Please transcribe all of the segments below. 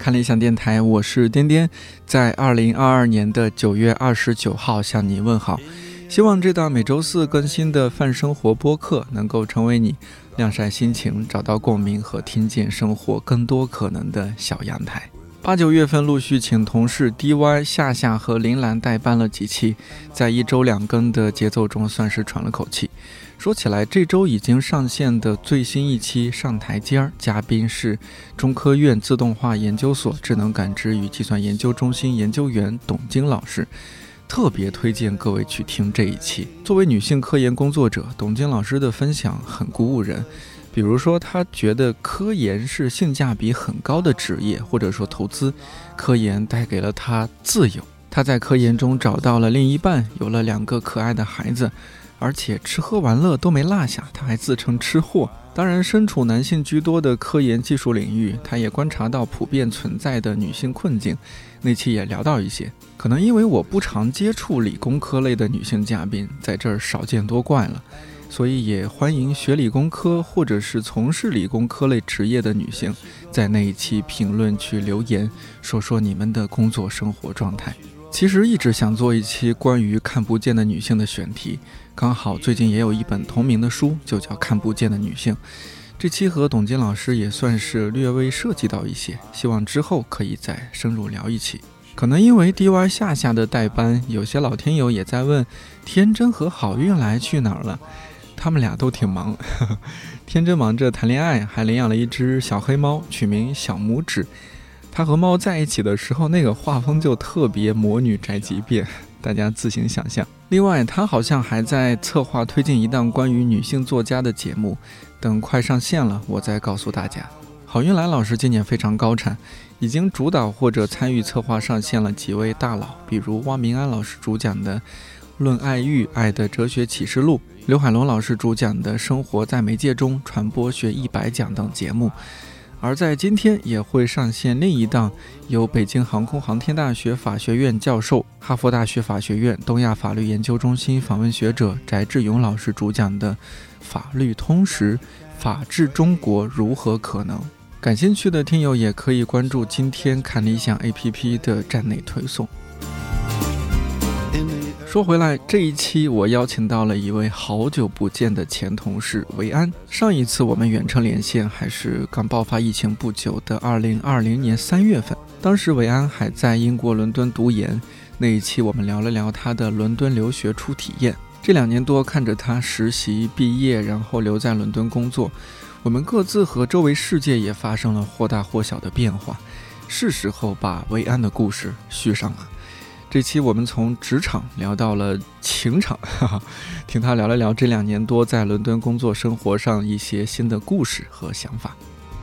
看理想电台，我是颠颠，在2022年的9月29号向你问好。希望这档每周四更新的泛生活播客能够成为你晾晒心情、找到共鸣和听见生活更多可能的小阳台。8、9月份陆续请同事 DY、夏夏和林兰代班了几期，在1周2更的节奏中算是喘了口气。说起来，这周已经上线的最新一期上台阶儿，嘉宾是中科院自动化研究所智能感知与计算研究中心研究员董晶老师，特别推荐各位去听这一期。作为女性科研工作者，董晶老师的分享很鼓舞人。比如说，她觉得科研是性价比很高的职业，或者说投资。科研带给了她自由，她在科研中找到了另一半，有了2个可爱的孩子，而且吃喝玩乐都没落下，她还自称吃货。当然，身处男性居多的科研技术领域，她也观察到普遍存在的女性困境。那期也聊到一些，可能因为我不常接触理工科类的女性嘉宾，在这儿少见多怪了，所以也欢迎学理工科或者是从事理工科类职业的女性，在那一期评论区留言，说说你们的工作生活状态。其实一直想做一期关于看不见的女性的选题，刚好最近也有一本同名的书，就叫《看不见的女性》。这期和董晶老师也算是略微涉及到一些，希望之后可以再深入聊一期。可能因为 DY 夏夏的代班，有些老听友也在问天真和好运来去哪儿了。他们俩都挺忙，天真忙着谈恋爱，还领养了一只小黑猫，取名小拇指。他和猫在一起的时候，那个画风就特别魔女宅急便，大家自行想象。另外，他好像还在策划推进一档关于女性作家的节目，等快上线了，我再告诉大家。郝云来老师今年非常高产，已经主导或者参与策划上线了几位大佬，比如汪明安老师主讲的《论爱欲：爱的哲学启示录》，刘海龙老师主讲的《生活在媒介中：传播学100讲》等节目。而在今天也会上线另一档由北京航空航天大学法学院教授、哈佛大学法学院东亚法律研究中心访问学者翟志勇老师主讲的《法律通识：法治中国如何可能》。感兴趣的听友也可以关注今天看理想 APP 的站内推送。说回来，这一期我邀请到了一位好久不见的前同事维安。上一次我们远程连线还是刚爆发疫情不久的2020年3月份，当时维安还在英国伦敦读研。那一期我们聊了聊他的伦敦留学初体验。这2年多看着他实习毕业，然后留在伦敦工作，我们各自和周围世界也发生了或大或小的变化，是时候把维安的故事续上了。这期我们从职场聊到了情场，听他聊了聊这2年多在伦敦工作生活上一些新的故事和想法。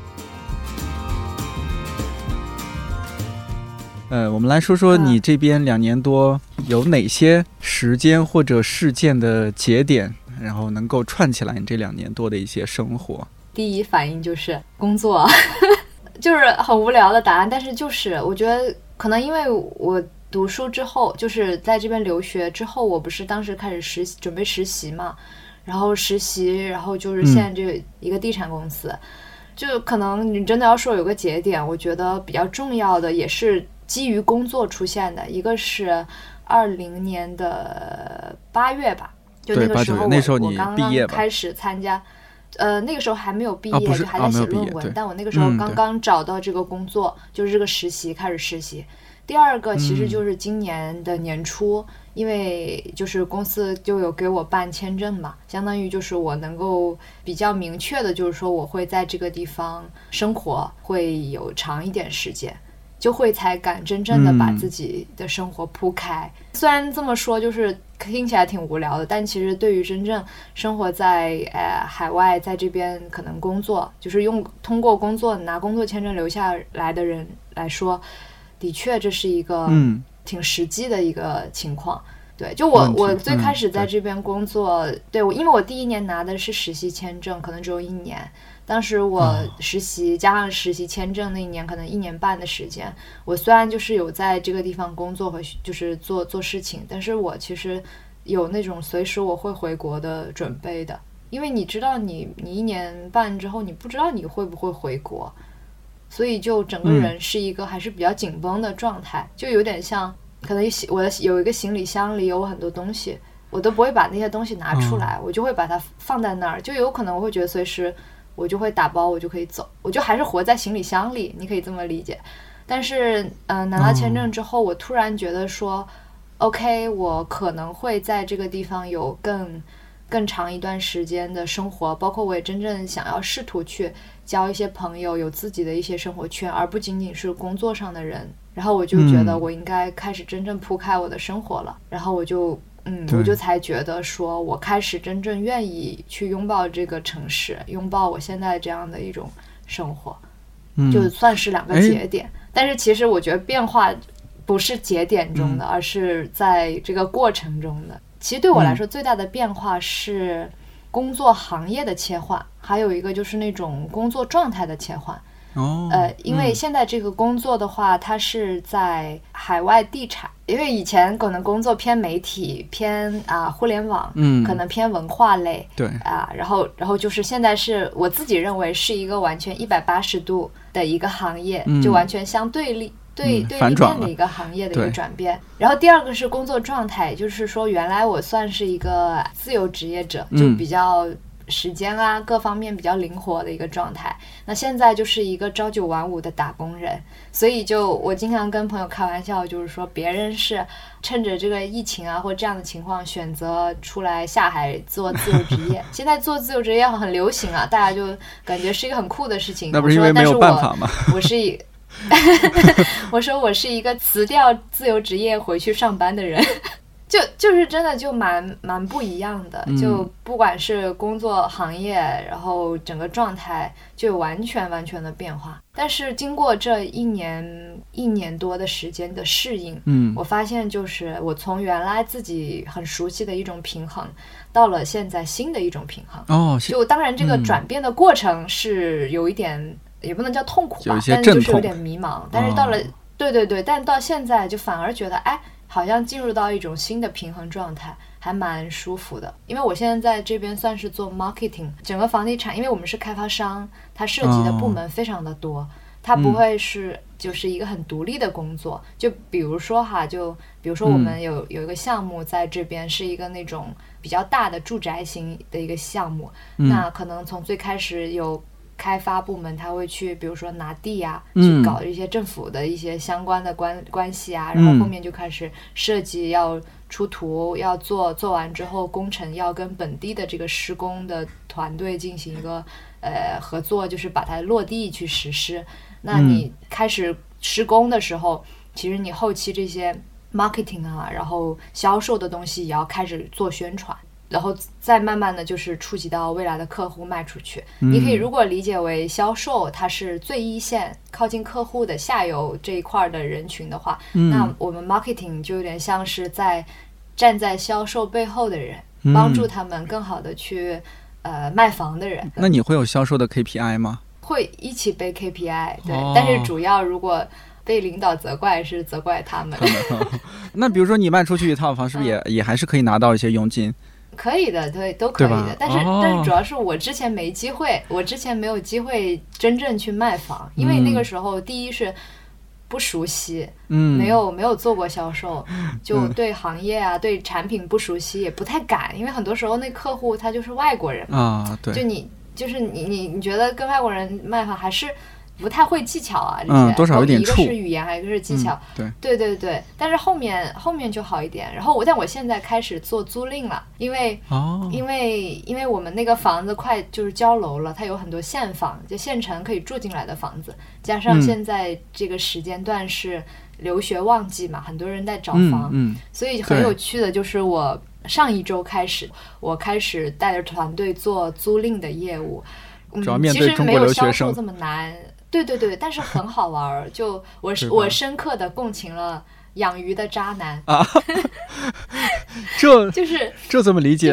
我们来说说你这边2年多有哪些时间或者事件的节点，然后能够串起来你这2年多的一些生活。 第一反应就是工作，就是很无聊的答案，但是就是我觉得可能因为我读书之后，就是在这边留学之后，我不是当时开始准备实习嘛，然后实习，然后就是现在这一个地产公司，就可能你真的要说有个节点，我觉得比较重要的也是基于工作出现的，一个是20年的8月吧，就那个时候我刚刚开始参加。那个时候还没有毕业，就还在写论文，但我那个时候刚刚找到这个工作，就是这个实习开始实习。第二个其实就是今年的年初，因为就是公司就有给我办签证嘛，相当于就是我能够比较明确的就是说我会在这个地方生活，会有长一点时间，就会才敢真正的把自己的生活铺开。虽然这么说就是听起来挺无聊的，但其实对于真正生活在海外，在这边可能工作，就是通过工作拿工作签证留下来的人来说，的确这是一个挺实际的一个情况。对，就我最开始在这边工作，对，因为我第1年拿的是实习签证，可能只有1年。当时我实习加上实习签证那1年，可能1年半的时间。我虽然就是有在这个地方工作和就是做事情，但是我其实有那种随时我会回国的准备的，因为你知道你1年半之后，你不知道你会不会回国， 所以就整个人是一个还是比较紧绷的状态，就有点像可能我有一个行李箱里有很多东西，我都不会把那些东西拿出来，我就会把它放在那儿，就有可能我会觉得随时我就会打包，我就可以走，我就还是活在行李箱里，你可以这么理解。但是拿到签证之后，我突然觉得说 OK， 我可能会在这个地方有更长一段时间的生活，包括我也真正想要试图去交一些朋友，有自己的一些生活圈，而不仅仅是工作上的人。然后我就觉得我应该开始真正铺开我的生活了，然后我就才觉得说我开始真正愿意去拥抱这个城市，拥抱我现在这样的一种生活，就算是2个节点。但是其实我觉得变化不是节点中的，而是在这个过程中的。其实对我来说最大的变化是工作行业的切换，还有一个就是那种工作状态的切换。因为现在这个工作的话，它是在海外地产，因为以前可能工作偏媒体，偏互联网，可能偏文化类， 对然后就是现在是我自己认为是一个完全180度的一个行业，就完全相对立。对立面的一个行业的一个转变。然后第二个是工作状态，就是说原来我算是一个自由职业者，就比较时间各方面比较灵活的一个状态，那现在就是一个朝9晚5的打工人。所以就我经常跟朋友开玩笑，就是说别人是趁着这个疫情或这样的情况选择出来下海做自由职业现在做自由职业很流行大家就感觉是一个很酷的事情。 那不是因为没有办法吗？ 我说我是一个辞掉自由职业回去上班的人就是真的就蛮不一样的，就不管是工作行业，然后整个状态就有完全的变化。但是经过这一年多的时间的适应，我发现就是我从原来自己很熟悉的一种平衡，到了现在新的一种平衡。就当然这个转变的过程是有一点，也不能叫痛苦吧，但是就是有点迷茫。但是到了对，但到现在就反而觉得好像进入到一种新的平衡状态，还蛮舒服的。因为我现在在这边算是做 marketing， 整个房地产，因为我们是开发商，它涉及的部门非常的多，它不会是就是一个很独立的工作。就比如说我们有一个项目在这边是一个那种比较大的住宅型的一个项目，那可能从最开始有开发部门，他会去比如说拿地去搞一些政府的一些相关的关系然后后面就开始设计，要出图，要做完之后工程要跟本地的这个施工的团队进行一个合作，就是把它落地去实施。那你开始施工的时候，其实你后期这些 marketing 然后销售的东西也要开始做宣传，然后再慢慢的就是触及到未来的客户卖出去。你可以如果理解为销售它是最一线靠近客户的下游这一块的人群的话，那我们 marketing 就有点像是站在销售背后的人，帮助他们更好的去卖房的人。 那你会有销售的 KPI 吗？ 会一起背 KPI， 对，但是主要如果被领导责怪是责怪他们那比如说你卖出去一套房，是不是也还是可以拿到一些佣金？ 可以的，对，都可以的。但是主要是我之前没机会，我之前没有机会真正去卖房，因为那个时候第一是不熟悉，没有做过销售，就对行业对产品不熟悉，也不太敢，因为很多时候那客户他就是外国人对，就你觉得跟外国人卖房还是不太会技巧这些， 多少有点怵， 一个是语言，还有一个是技巧，对。但是后面就好一点。然后但我现在开始做租赁了，因为我们那个房子快就是交楼了，它有很多现房，就现成可以住进来的房子，加上现在这个时间段是留学旺季嘛，很多人在找房，所以很有趣的就是我上一周开始，我开始带着团队做租赁的业务。 主要面对中国留学生， 其实没有销售这么难，对，但是很好玩。就我深刻的共情了养鱼的渣男这怎么理解？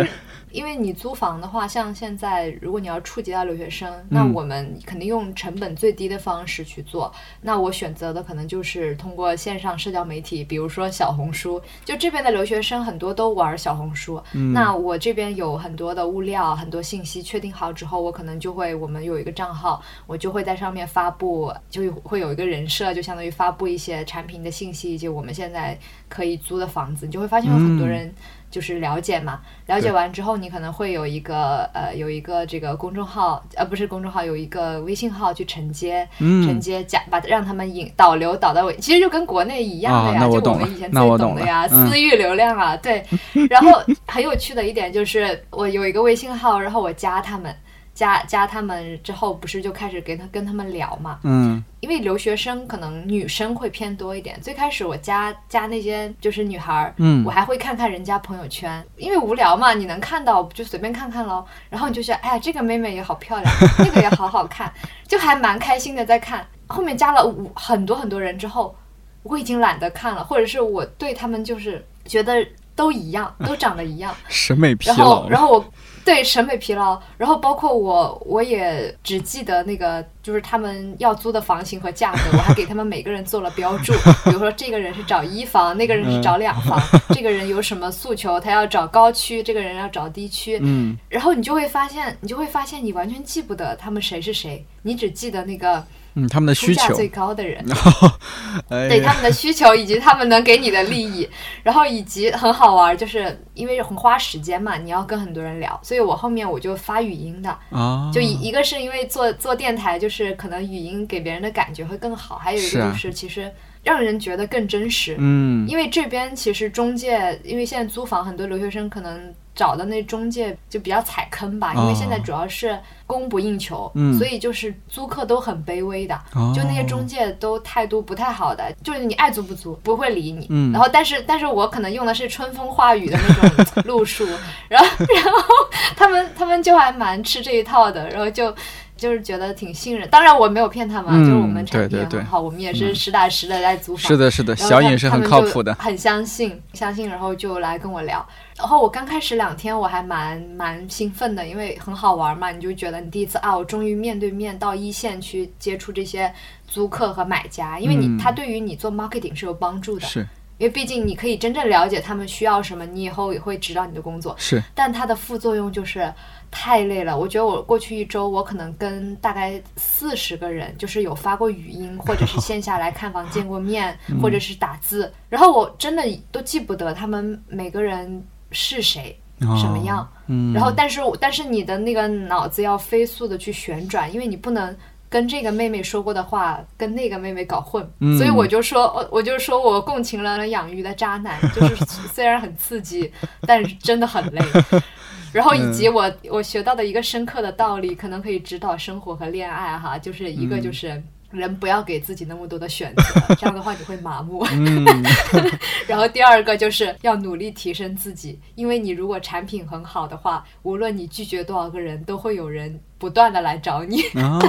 因为你租房的话，像现在如果你要触及到留学生，那我们肯定用成本最低的方式去做。那我选择的可能就是通过线上社交媒体，比如说小红书，就这边的留学生很多都玩小红书，那我这边有很多的物料，很多信息确定好之后，我可能就会，我们有一个账号，我就会在上面发布，就会有一个人设，就相当于发布一些产品的信息，就我们现在可以租的房子，你就会发现有很多人就是了解嘛，了解完之后，你可能会有一个这个公众号，不是公众号，有一个微信号去承接让他们导流导到尾，其实就跟国内一样的呀，就我们以前最懂的呀，私域流量啊，对。然后很有趣的一点就是，我有一个微信号，然后我加他们。加他们之后，不是就开始跟他们聊嘛？因为留学生可能女生会偏多一点。最开始我加那些就是女孩，我还会看看人家朋友圈，因为无聊嘛，你能看到就随便看看咯。然后你就觉得，哎呀，这个妹妹也好漂亮，那个也好好看，就还蛮开心的在看。后面加了很多很多人之后，我已经懒得看了，或者是我对他们就是觉得都一样，都长得一样， 审美疲劳。 然后我。对，审美疲劳，然后包括我也只记得那个就是他们要租的房型和价格，我还给他们每个人做了标注，比如说这个人是找1房，那个人是找2房，这个人有什么诉求，他要找高区，这个人要找低区，然后你就会发现你完全记不得他们谁是谁，你只记得那个他们的需求， 出价最高的人，对他们的需求以及他们能给你的利益，然后以及很好玩，就是因为很花时间嘛，你要跟很多人聊，所以我后面我就发语音的，就一个是因为做电台，就是可能语音给别人的感觉会更好，还有一个就是其实让人觉得更真实，因为这边其实中介，因为现在租房很多留学生可能找的那中介就比较踩坑吧，因为现在主要是供不应求，所以就是租客都很卑微的，就那些中介都態度不太好的，就是你爱租不租不会理你，然后但是我可能用的是春风化雨的那种路数，然后他们就还蛮吃这一套的，然后就是觉得挺信任，当然我没有骗他们，就是我们产品也很好，我们也是实打实的在租房， 是的，小尹是很靠谱的， 很相信，然后就来跟我聊。然后我刚开始2天我还蛮兴奋的，因为很好玩嘛，你就觉得你第一次我终于面对面到一线去接触这些租客和买家，因为他对于你做 marketing 是有帮助的， 是因为毕竟你可以真正了解他们需要什么，你以后也会指导你的工作， 是，但它的副作用就是太累了。我觉得我过去1周我可能跟大概40个人就是有发过语音，或者是线下来看房见过面，或者是打字，然后我真的都记不得他们每个人是谁什么样，然后但是你的那个脑子要飞速的去旋转，因为你不能跟这个妹妹说过的话跟那个妹妹搞混，所以我就说我共情了养鱼的渣男，就是虽然很刺激，但是真的很累。然后以及我学到的一个深刻的道理，可能可以指导生活和恋爱哈，就是一个就是人不要给自己那么多的选择，这样的话你会麻木。然后第二个就是要努力提升自己，因为你如果产品很好的话，无论你拒绝多少个人，都会有人不断的来找你。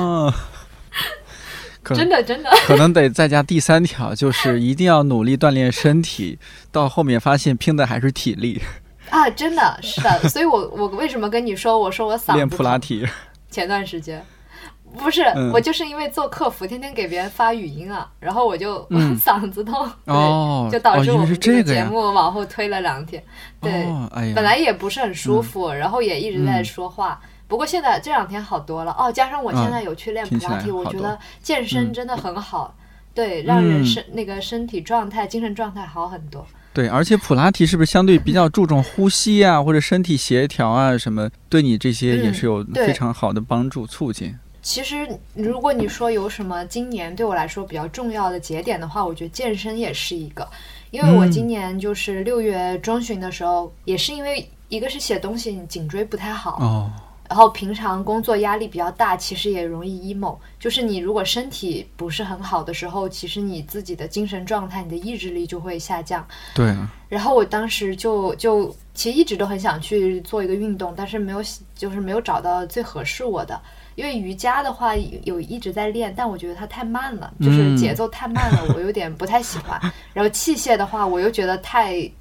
真的可能得再加第3条，就是一定要努力锻炼身体，到后面发现拼的还是体力啊，真的是的。所以我为什么跟你说我嗓子练普拉提， 前段时间不是，我就是因为做客服天天给别人发语音啊，然后我就嗓子痛，就导致我们这个节目往后推了2天，对，本来也不是很舒服，然后也一直在说话，不过现在这2天好多了加上我现在有去练普拉提，我觉得健身真的很好，对，让人那个身体状态精神状态好很多。 对，而且普拉提是不是相对比较注重呼吸啊，或者身体协调啊什么，对你这些也是有非常好的帮助促进。 其实如果你说有什么今年对我来说比较重要的节点的话，我觉得健身也是一个，因为我今年就是6月中旬的时候，也是因为一个是写东西你颈椎不太好，然后平常工作压力比较大，其实也容易 emo， 就是你如果身体不是很好的时候，其实你自己的精神状态你的意志力就会下降。 对啊， 然后我当时就其实一直都很想去做一个运动，但是没有找到最合适我的，因为瑜伽的话有一直在练，但我觉得它太慢了，就是节奏太慢了，我有点不太喜欢。然后器械的话我又觉得太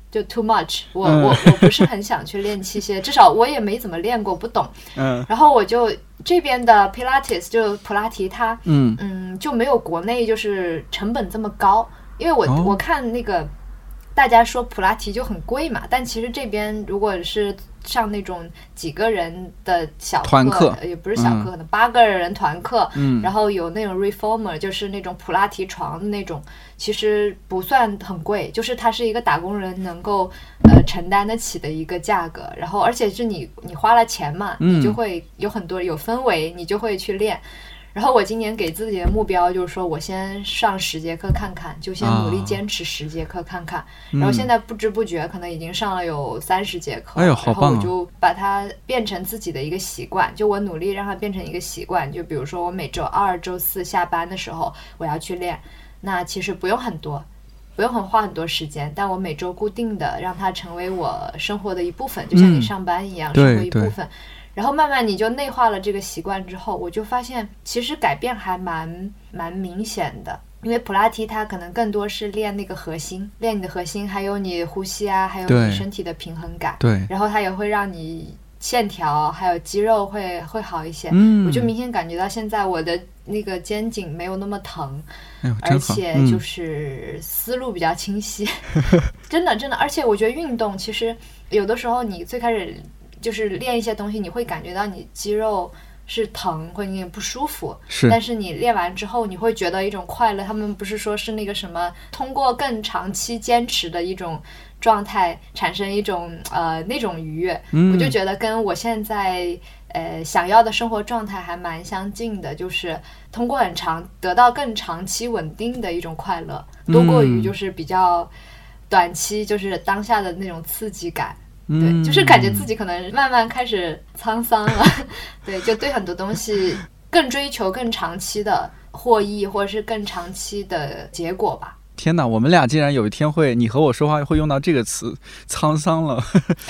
就 too much， 我不是很想去练器械，至少我也没怎么练过，不懂。然后我就这边的 Pilates 就普拉提它就没有国内就是成本这么高，因为我看那个大家说普拉提就很贵嘛，但其实这边如果是上那种几个人的小团课， 也不是小课，可能8个人团课，然后有那种 reformer， 就是那种普拉提床的那种，其实不算很贵，就是它是一个打工人能够承担得起的一个价格，然后而且是你花了钱嘛，你就会有很多有氛围，你就会去练。然后我今年给自己的目标就是说我先上10节课看看，就先努力坚持10节课看看，然后现在不知不觉可能已经上了有30节课， 好棒啊， 然后我就把它变成自己的一个习惯，就我努力让它变成一个习惯，就比如说我每周2、周4下班的时候我要去练，那其实不用很多，不用花很多时间，但我每周固定的让它成为我生活的一部分，就像你上班一样，生活一部分。然后慢慢你就内化了这个习惯之后，我就发现其实改变还蛮明显的。因为普拉提它可能更多是练那个核心，练你的核心，还有你呼吸啊，还有你身体的平衡感。 对， 然后它也会让你线条还有肌肉会好一些。我就明显感觉到现在我的那个肩颈没有那么疼，而且就是思路比较清晰。真的，而且我觉得运动其实有的时候你最开始就是练一些东西，你会感觉到你肌肉是疼，会有点不舒服，但是你练完之后你会觉得一种快乐。他们不是说是那个什么通过更长期坚持的一种状态产生一种那种愉悦，我就觉得跟我现在想要的生活状态还蛮相近的，就是通过得到更长期稳定的一种快乐，多过于就是比较短期就是当下的那种刺激感。对，就是感觉自己可能慢慢开始沧桑了。对，就对很多东西更追求更长期的获益，或者是更长期的结果吧。 天哪，我们俩竟然有一天你和我说话会用到这个词，沧桑了。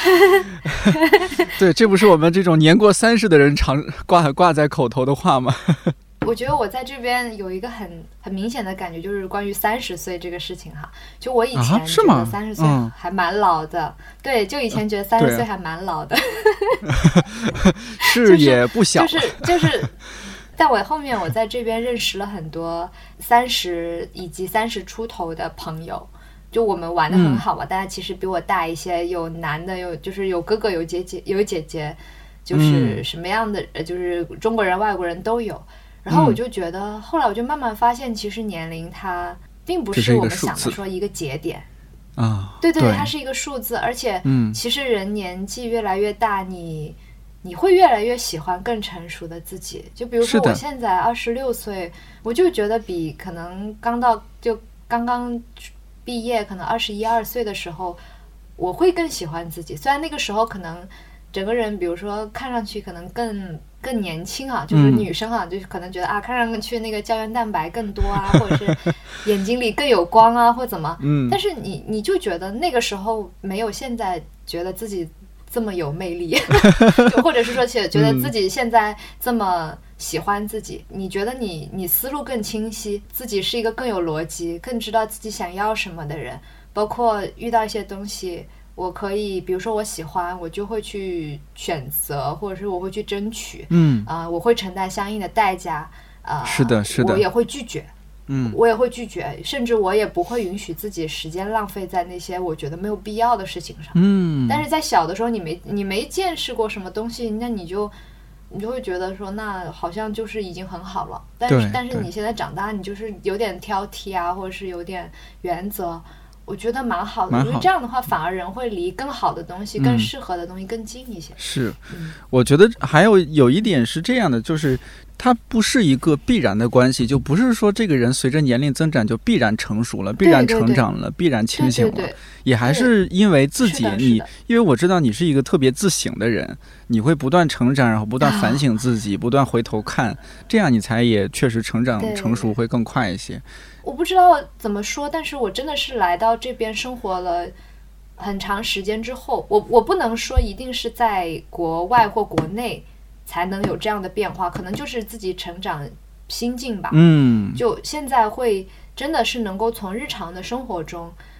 对，这不是我们这种年过30的人常挂在口头的话吗？ 我觉得我在这边有一个很明显的感觉，就是关于30岁这个事情哈。就我以前觉得30岁还蛮老的，对，就以前觉得30岁还蛮老的， 是也不小， 就是但我后面我在这边认识了很多30以及30出头的朋友，就我们玩得很好嘛，大家其实比我大一些，有男的，有哥哥，有姐姐，就是什么样的就是中国人外国人都有。然后我就觉得后来我就慢慢发现，其实年龄它并不是我们想的说一个节点啊， 对，它是一个数字，而且其实人年纪越来越大，你会越来越喜欢更成熟的自己。就比如说我现在26岁，我就觉得比可能刚刚毕业可能21、22岁的时候，我会更喜欢自己。虽然那个时候可能整个人比如说看上去可能更年轻啊，就是女生啊，就是可能觉得看上去那个胶原蛋白更多啊，或者是眼睛里更有光啊，或怎么，但是你就觉得那个时候没有现在觉得自己这么有魅力，或者是说觉得自己现在这么喜欢自己，你觉得你思路更清晰，自己是一个更有逻辑，更知道自己想要什么的人，包括遇到一些东西。我可以比如说我喜欢，我就会去选择，或者是我会去争取，我会承担相应的代价， 是的我也会拒绝，我也会拒绝，甚至我也不会允许自己时间浪费在那些我觉得没有必要的事情上。但是在小的时候你没见识过什么东西，那你就会觉得说那好像就是已经很好了，但是你现在长大，你就是有点挑剔啊，或者是有点原则，我觉得蛮好的，因为这样的话反而人会离更好的东西、更适合的东西更近一些。 是，我觉得还有一点是这样的，就是它不是一个必然的关系，就不是说这个人随着年龄增长就必然成熟了，必然成长了，必然清醒了，也还是因为自己因为我知道你是一个特别自省的人，你会不断成长，然后不断反省自己，不断回头看，这样你才也确实成长成熟会更快一些。 我不知道怎么说，但是我真的是来到这边生活了很长时间之后，我不能说一定是在国外或国内才能有这样的变化，可能就是自己成长心境吧。就现在会真的是能够从日常的生活中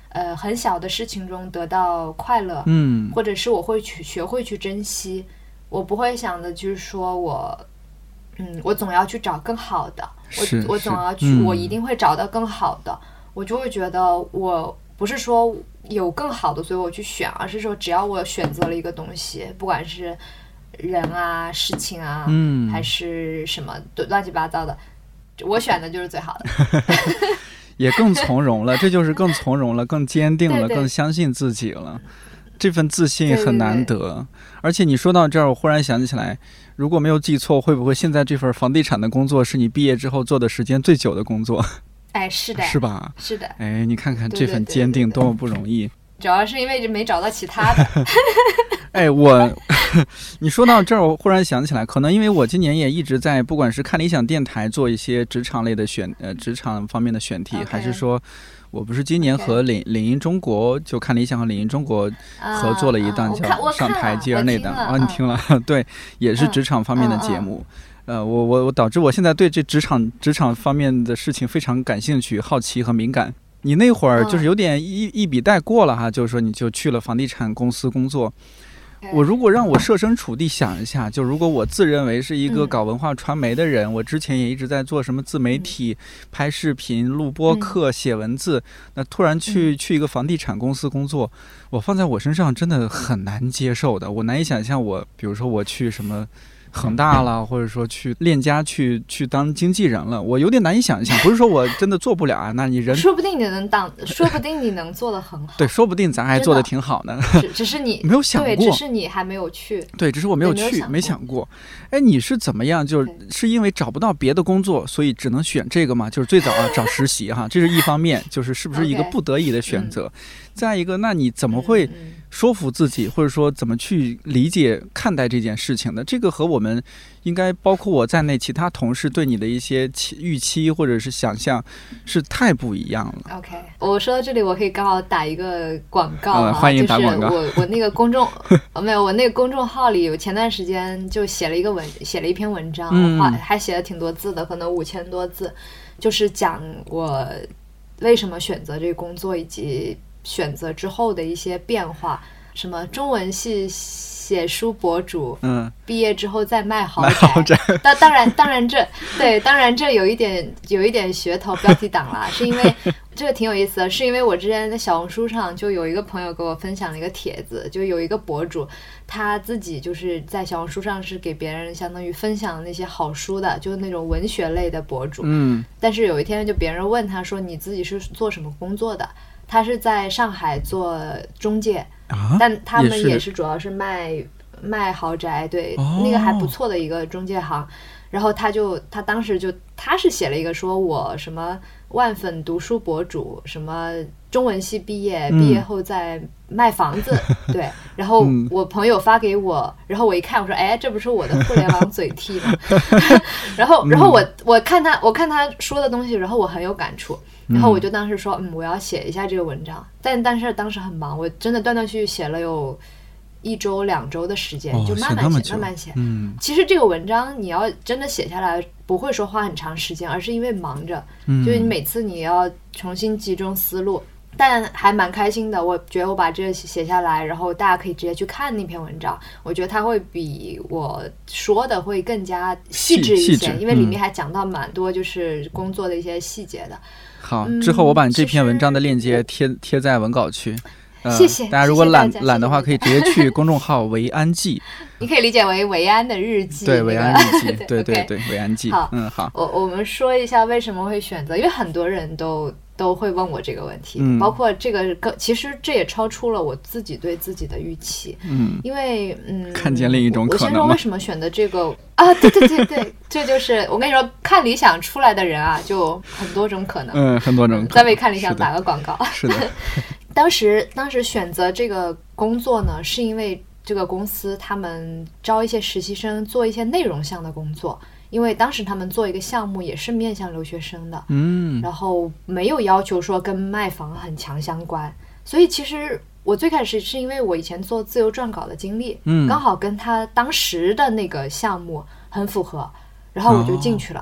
很小的事情中得到快乐，或者是我会学会去珍惜，我不会想的就是说我总要去找更好的，我总要去，我一定会找到更好的，我就会觉得我不是说有更好的所以我去选，而是说只要我选择了一个东西，不管是人啊事情啊还是什么乱七八糟的，我选的就是最好的也更从容了，这就是更从容了，更坚定了， 对对更相信自己了，这份自信很难得。对对对，而且你说到这儿，我忽然想起来，如果没有记错，会不会现在这份房地产的工作是你毕业之后做的时间最久的工作？ 哎，是的， 是吧？ 是的。 哎，你看看这份坚定多么不容易。 主要是因为没找到其他的哎，你说到这儿，我忽然想起来，可能因为我今年也一直在，不管是看理想电台做一些职场类的职场方面的选题，还是说我不是今年和领英中国，就看理想和领英中国合作了一档叫上台阶那档啊，你听了对，也是职场方面的节目。我导致我现在对这职场方面的事情非常感兴趣、好奇和敏感。你那会儿就是有点一笔带过了哈，就是说你就去了房地产公司工作。我如果让我设身处地想一下，就如果我自认为是一个搞文化传媒的人，我之前也一直在做什么自媒体、拍视频、录播课、写文字，那突然去一个房地产公司工作，我放在我身上真的很难接受的。我难以想象比如说我去什么恒大了，或者说去链家去当经纪人了，我有点难以想象。不是说我真的做不了啊，那你人说不定你能当，说不定你能做得很好。 对，说不定咱还做得挺好呢。 只是你没有想过， 对，只是你还没有去。 对，只是我没有去，没想过。哎，你是怎么样？就是因为找不到别的工作，所以只能选这个吗？就是最早找实习哈，这是一方面，是不是一个不得已的选择？再一个，那你怎么会说服自己，或者说怎么去理解看待这件事情的？这个和我们应该包括我在内其他同事对你的一些预期或者是想象是太不一样了。 OK， 我说到这里，我可以刚好打一个广告欢迎打广告。 就是我那个公众没有，我那个公众号里，我前段时间就写了一篇文章，还写了挺多字的，可能5000多字，就是讲我为什么选择这个工作以及选择之后的一些变化，什么中文系写书博主，毕业之后再卖豪宅。当然这有一点噱头标题党啦，是因为这个挺有意思的，是因为我之前在小红书上就有一个朋友给我分享了一个帖子，就有一个博主他自己就是在小红书上是给别人相当于分享那些好书的，就是那种文学类的博主。但是有一天就别人问他说你自己是做什么工作的，他是在上海做中介，但他们也是主要是卖豪宅，对，那个还不错的一个中介行。然后他当时他是写了一个说我什么万粉读书博主，什么中文系毕业后在卖房子，对。然后我朋友发给我，然后我一看，我说哎，这不是我的互联网嘴替吗？然后我看他说的东西，然后我很有感触。然后我就当时说我要写一下这个文章，但是当时很忙，我真的断断续续写了有1周2周的时间，就慢慢写。其实这个文章你要真的写下来，不会说花很长时间，而是因为忙着，就是你每次你要重新集中思路，但还蛮开心的。我觉得我把这个写下来，然后大家可以直接去看那篇文章，我觉得它会比我说的会更加细致一些，因为里面还讲到蛮多就是工作的一些细节的。 好，之后我把你这篇文章的链接贴在文稿区。 谢谢。 大家如果懒的话，可以直接去公众号维安记。 你可以理解为维安的日记。 对，维安日记。对维安记。好。 我们说一下为什么会选择，因为很多人都会问我这个问题，包括这个其实这也超出了我自己对自己的预期。因为看见另一种可能。 我先说为什么选择这个啊？对，这就是我跟你说，看理想出来的人啊，就很多种可能。 很多种可能。 再为看理想打个广告。 是的。 当时选择这个工作呢，是因为这个公司他们招一些实习生做一些内容项的工作，因为当时他们做一个项目也是面向留学生的，然后没有要求说跟卖房很强相关，所以其实我最开始是因为我以前做自由撰稿的经历，刚好跟他当时的那个项目很符合，然后我就进去了。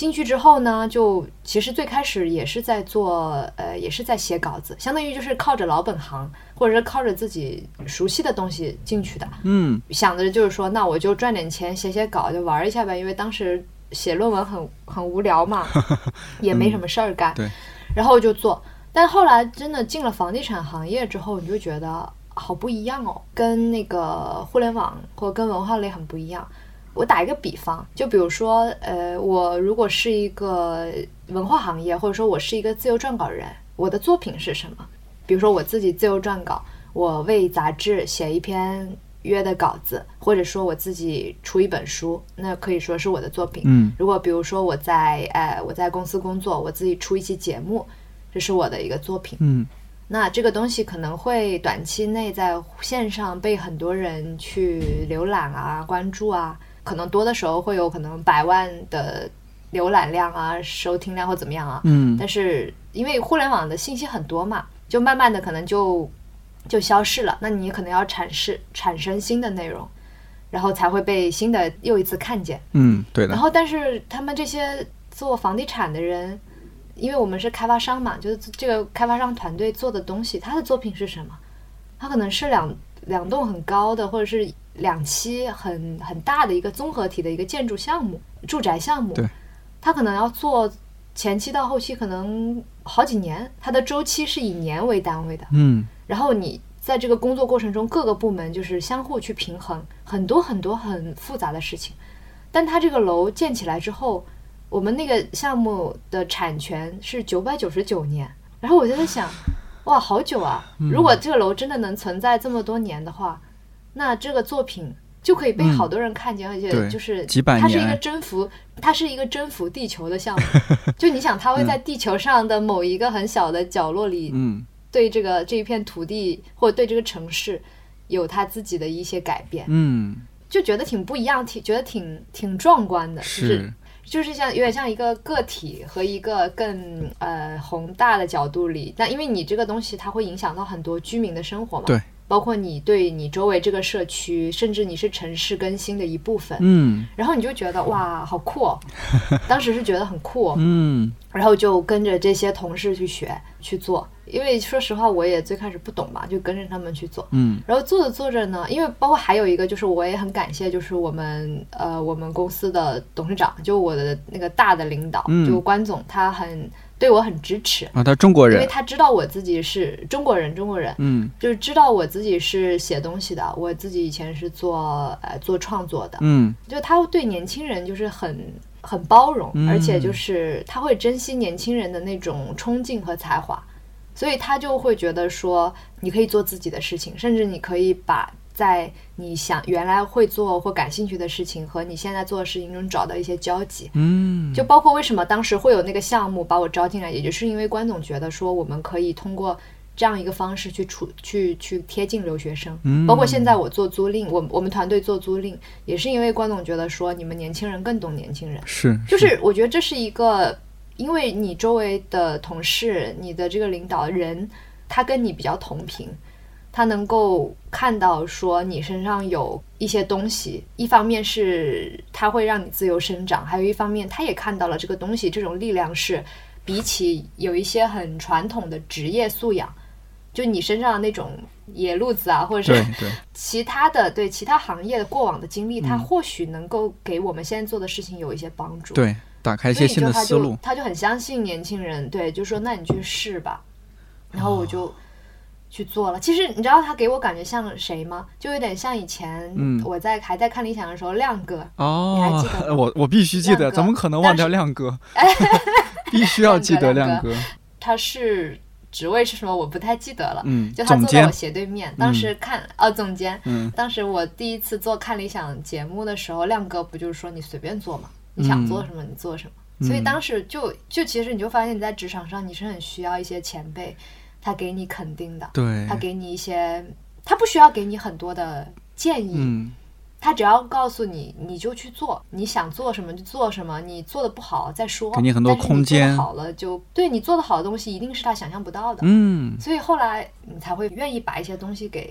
进去之后呢，就其实最开始也是在做也是在写稿子，相当于就是靠着老本行或者是靠着自己熟悉的东西进去的。想着就是说那我就赚点钱写写稿就玩一下呗，因为当时写论文很无聊嘛也没什么事儿干。 对， 然后就做。但后来真的进了房地产行业之后，你就觉得好不一样哦，跟那个互联网或跟文化类很不一样。我打一个比方，就比如说我如果是一个文化行业，或者说我是一个自由撰稿人，我的作品是什么？比如说我自己自由撰稿，我为杂志写一篇约的稿子，或者说我自己出一本书，那可以说是我的作品。如果比如说我在公司工作，我自己出一期节目，这是我的一个作品。那这个东西可能会短期内在线上被很多人去浏览啊、关注啊，可能多的时候会有可能100万的浏览量啊、收听量或怎么样啊。但是因为互联网的信息很多嘛，就慢慢的可能就消失了，那你可能要产生新的内容，然后才会被新的又一次看见。 对的。 然后但是他们这些做房地产的人，因为我们是开发商嘛，就是这个开发商团队做的东西，他的作品是什么？他可能是两栋很高的，或者是2期很大的一个综合体的一个建筑项目、住宅项目。 对， 他可能要做前期到后期可能好几年，它的周期是以年为单位的。然后你在这个工作过程中，各个部门就是相互去平衡很多很多很复杂的事情。但它这个楼建起来之后，我们那个项目的产权是999年，然后我就在想，哇，好久啊！如果这个楼真的能存在这么多年的话，那这个作品就可以被好多人看见，而且就是它是一个征服地球的项目。就你想，它会在地球上的某一个很小的角落里，对这一片土地或者对这个城市有它自己的一些改变。就觉得挺不一样，觉得挺壮观的，就是有点像一个个体和一个更宏大的角度里，但因为你这个东西它会影响到很多居民的生活嘛， 对， 包括你对你周围这个社区，甚至你是城市更新的一部分。然后你就觉得哇，好酷哦！当时是觉得很酷哦。然后就跟着这些同事去做，因为说实话我也最开始不懂嘛，就跟着他们去做。然后做着做着呢，因为包括还有一个就是我也很感谢，就是我们公司的董事长，就我的那个大的领导，就关总，他对我很支持啊，他中国人， 因为他知道我自己是中国人，就是知道我自己是写东西的，我自己以前是做创作的，就他对年轻人就是很包容，而且就是他会珍惜年轻人的那种冲劲和才华，所以他就会觉得说你可以做自己的事情，甚至你可以把在你原来会做或感兴趣的事情和你现在做的事情中找到一些交集。就包括为什么当时会有那个项目把我招进来，也就是因为关总觉得说我们可以通过这样一个方式去贴近留学生。包括现在我做租赁，我们团队做租赁也是因为关总觉得说你们年轻人更懂年轻人。就是我觉得这是一个，因为你周围的同事，你的这个领导人他跟你比较同频，他能够看到说你身上有一些东西，一方面是他会让你自由生长，还有一方面他也看到了这个东西，这种力量是比起有一些很传统的职业素养，就你身上的那种野路子啊，或者是其他行业的过往的经历，它或许能够给我们现在做的事情有一些帮助， 对，打开一些新的思路。 他就很相信年轻人，对，就说那你去试吧，然后我就去做了。其实你知道他给我感觉像谁吗？就有点像以前我还在看理想的时候，亮哥。 哦， 你还记得吗？ 我必须记得，怎么可能忘掉亮哥？必须要记得亮哥。 他是职位是什么我不太记得了，就他坐在我斜对面，当时看总监，当时我第一次做看理想节目的时候，亮哥不就是说你随便做嘛，你想做什么你做什么，所以当时就其实你就发现你在职场上你是很需要一些前辈，他给你肯定的， 对， 他给你一些，他不需要给你很多的建议，他只要告诉你你就去做，你想做什么就做什么，你做的不好再说， 给你很多空间， 但是你做的好了就对，你做的好的东西一定是他想象不到的，所以后来你才会愿意把一些东西给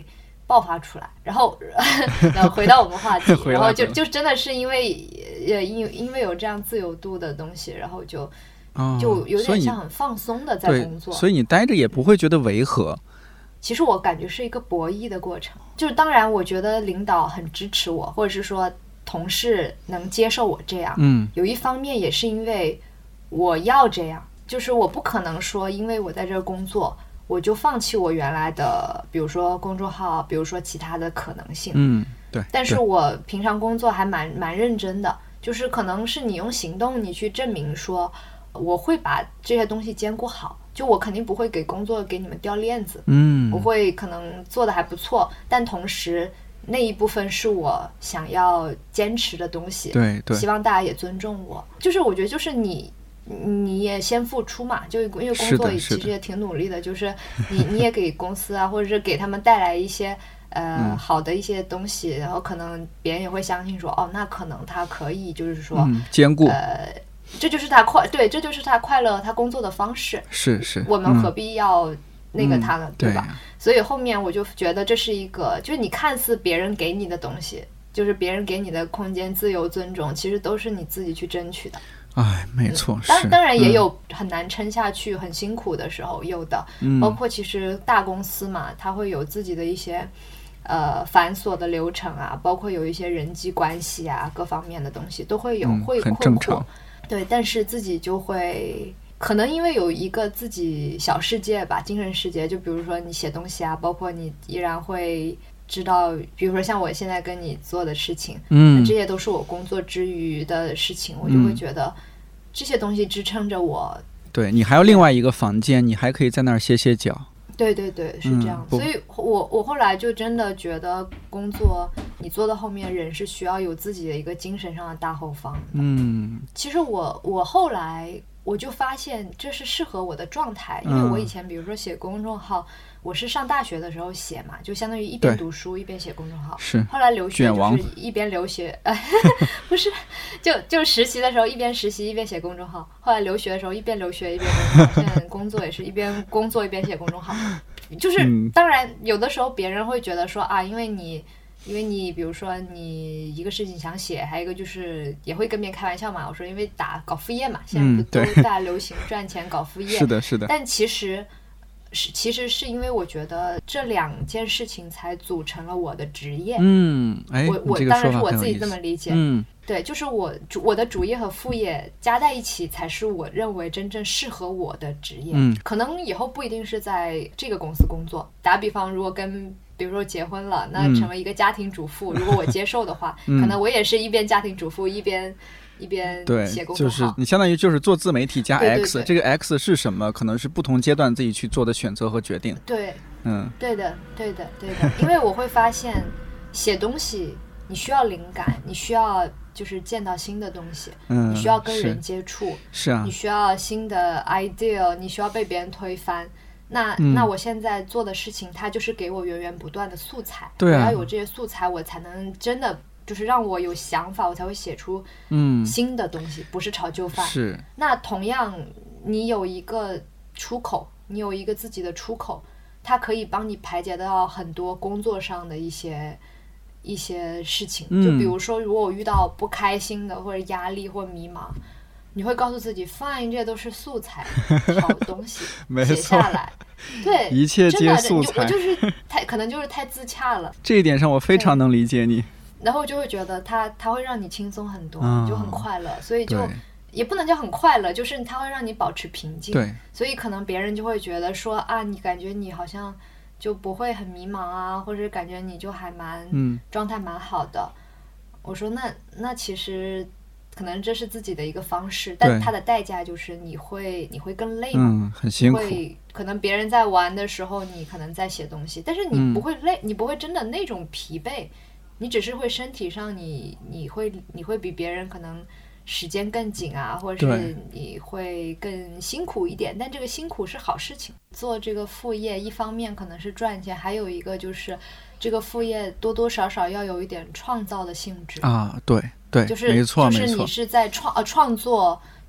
爆发出来，然后然后回到我们话题然后就真的是因为有这样自由度的东西，然后就有点像很放松的在工作， 所以你待着也不会觉得违和。 其实我感觉是一个博弈的过程，就是当然我觉得领导很支持我，或者是说同事能接受我这样，有一方面也是因为我要这样，就是我不可能说因为我在这儿工作我就放弃我原来的比如说公众号，比如说其他的可能性， 对。 但是我平常工作还蛮认真的，就是可能是你用行动你去证明说我会把这些东西兼顾好，就我肯定不会给工作给你们掉链子，我会可能做的还不错，但同时那一部分是我想要坚持的东西， 对， 希望大家也尊重我，就是我觉得就是你也先付出嘛，就因为工作其实也挺努力的，就是你也给公司啊，或者是给他们带来一些好的一些东西，然后可能别人也会相信说那可能他可以就是说兼顾这就是他这就是他快乐他工作的方式， 是我们何必要那个他呢，对吧？所以后面我就觉得这是一个就是你看似别人给你的东西，就是别人给你的空间自由尊重，其实都是你自己去争取的。 没错， 当然也有很难撑下去很辛苦的时候，有的包括其实大公司嘛，它会有自己的一些繁琐的流程啊，包括有一些人际关系啊各方面的东西都会有，会很正常， 对，但是自己就会可能因为有一个自己小世界吧，精神世界，就比如说你写东西啊，包括你依然会知道，比如说像我现在跟你做的事情，这些都是我工作之余的事情，我就会觉得这些东西支撑着我。 对，你还有另外一个房间，你还可以在那儿歇歇脚。 对对对，是这样。所以我后来就真的觉得工作你做到后面，人是需要有自己的一个精神上的大后方的。其实我后来我就发现这是适合我的状态，因为我以前比如说写公众号，我是上大学的时候写嘛，就相当于一边读书一边写公众号。 是。 后来留学就是一边留学，不是，就实习的时候一边实习一边写公众号。后来留学的时候一边留学一边公众号，现在工作也是一边工作一边写公众号。就是当然有的时候别人会觉得说因为你比如说你一个事情想写，还有一个就是也会跟别人开玩笑嘛，我说因为搞副业嘛，现在不都大家流行赚钱搞副业， 是的是的。 但其实是因为我觉得这两件事情才组成了我的职业。我当然是我自己这么理解。对，就是我的主业和副业加在一起才是我认为真正适合我的职业。可能以后不一定是在这个公司工作，打比方如果比如说结婚了，那成为一个家庭主妇，如果我接受的话，可能我也是一边家庭主妇一边写公众号。 就是你相当于就是做自媒体加 X， 对这个 X 是什么？可能是不同阶段自己去做的选择和决定。 对，对的，因为我会发现写东西你需要灵感，你需要就是见到新的东西，你需要跟人接触， 是啊， 你需要新的 idea， 你需要被别人推翻。那我现在做的事情，它就是给我源源不断的素材。 对啊， 我要有这些素材，我才能真的就是让我有想法，我才会写出新的东西，不是炒旧饭。 是。那同样，你有一个出口，你有一个自己的出口，它可以帮你排解到很多工作上的一些事情。就比如说，如果我遇到不开心的或者压力或迷茫，你会告诉自己 fine， 这些都是素材，好东西写下来。对， 一切皆素材。 我就是可能就是太自洽了。 这一点上我非常能理解你。 然后就会觉得它会让你轻松很多，就很快乐，所以就也不能叫很快乐，就是它会让你保持平静。 对， 所以可能别人就会觉得说你感觉你好像就不会很迷茫啊，或者感觉你就还状态蛮好的。我说那其实可能这是自己的一个方式，但它的代价就是你会更累嘛， 很辛苦。 可能别人在玩的时候，你可能在写东西，但是你不会累，你不会真的那种疲惫，你只是会身体上你会比别人可能时间更紧啊，或者是你会更辛苦一点，但这个辛苦是好事情。做这个副业，一方面可能是赚钱，还有一个就是这个副业多多少少要有一点创造的性质对， 就是没错， 就是你是在创作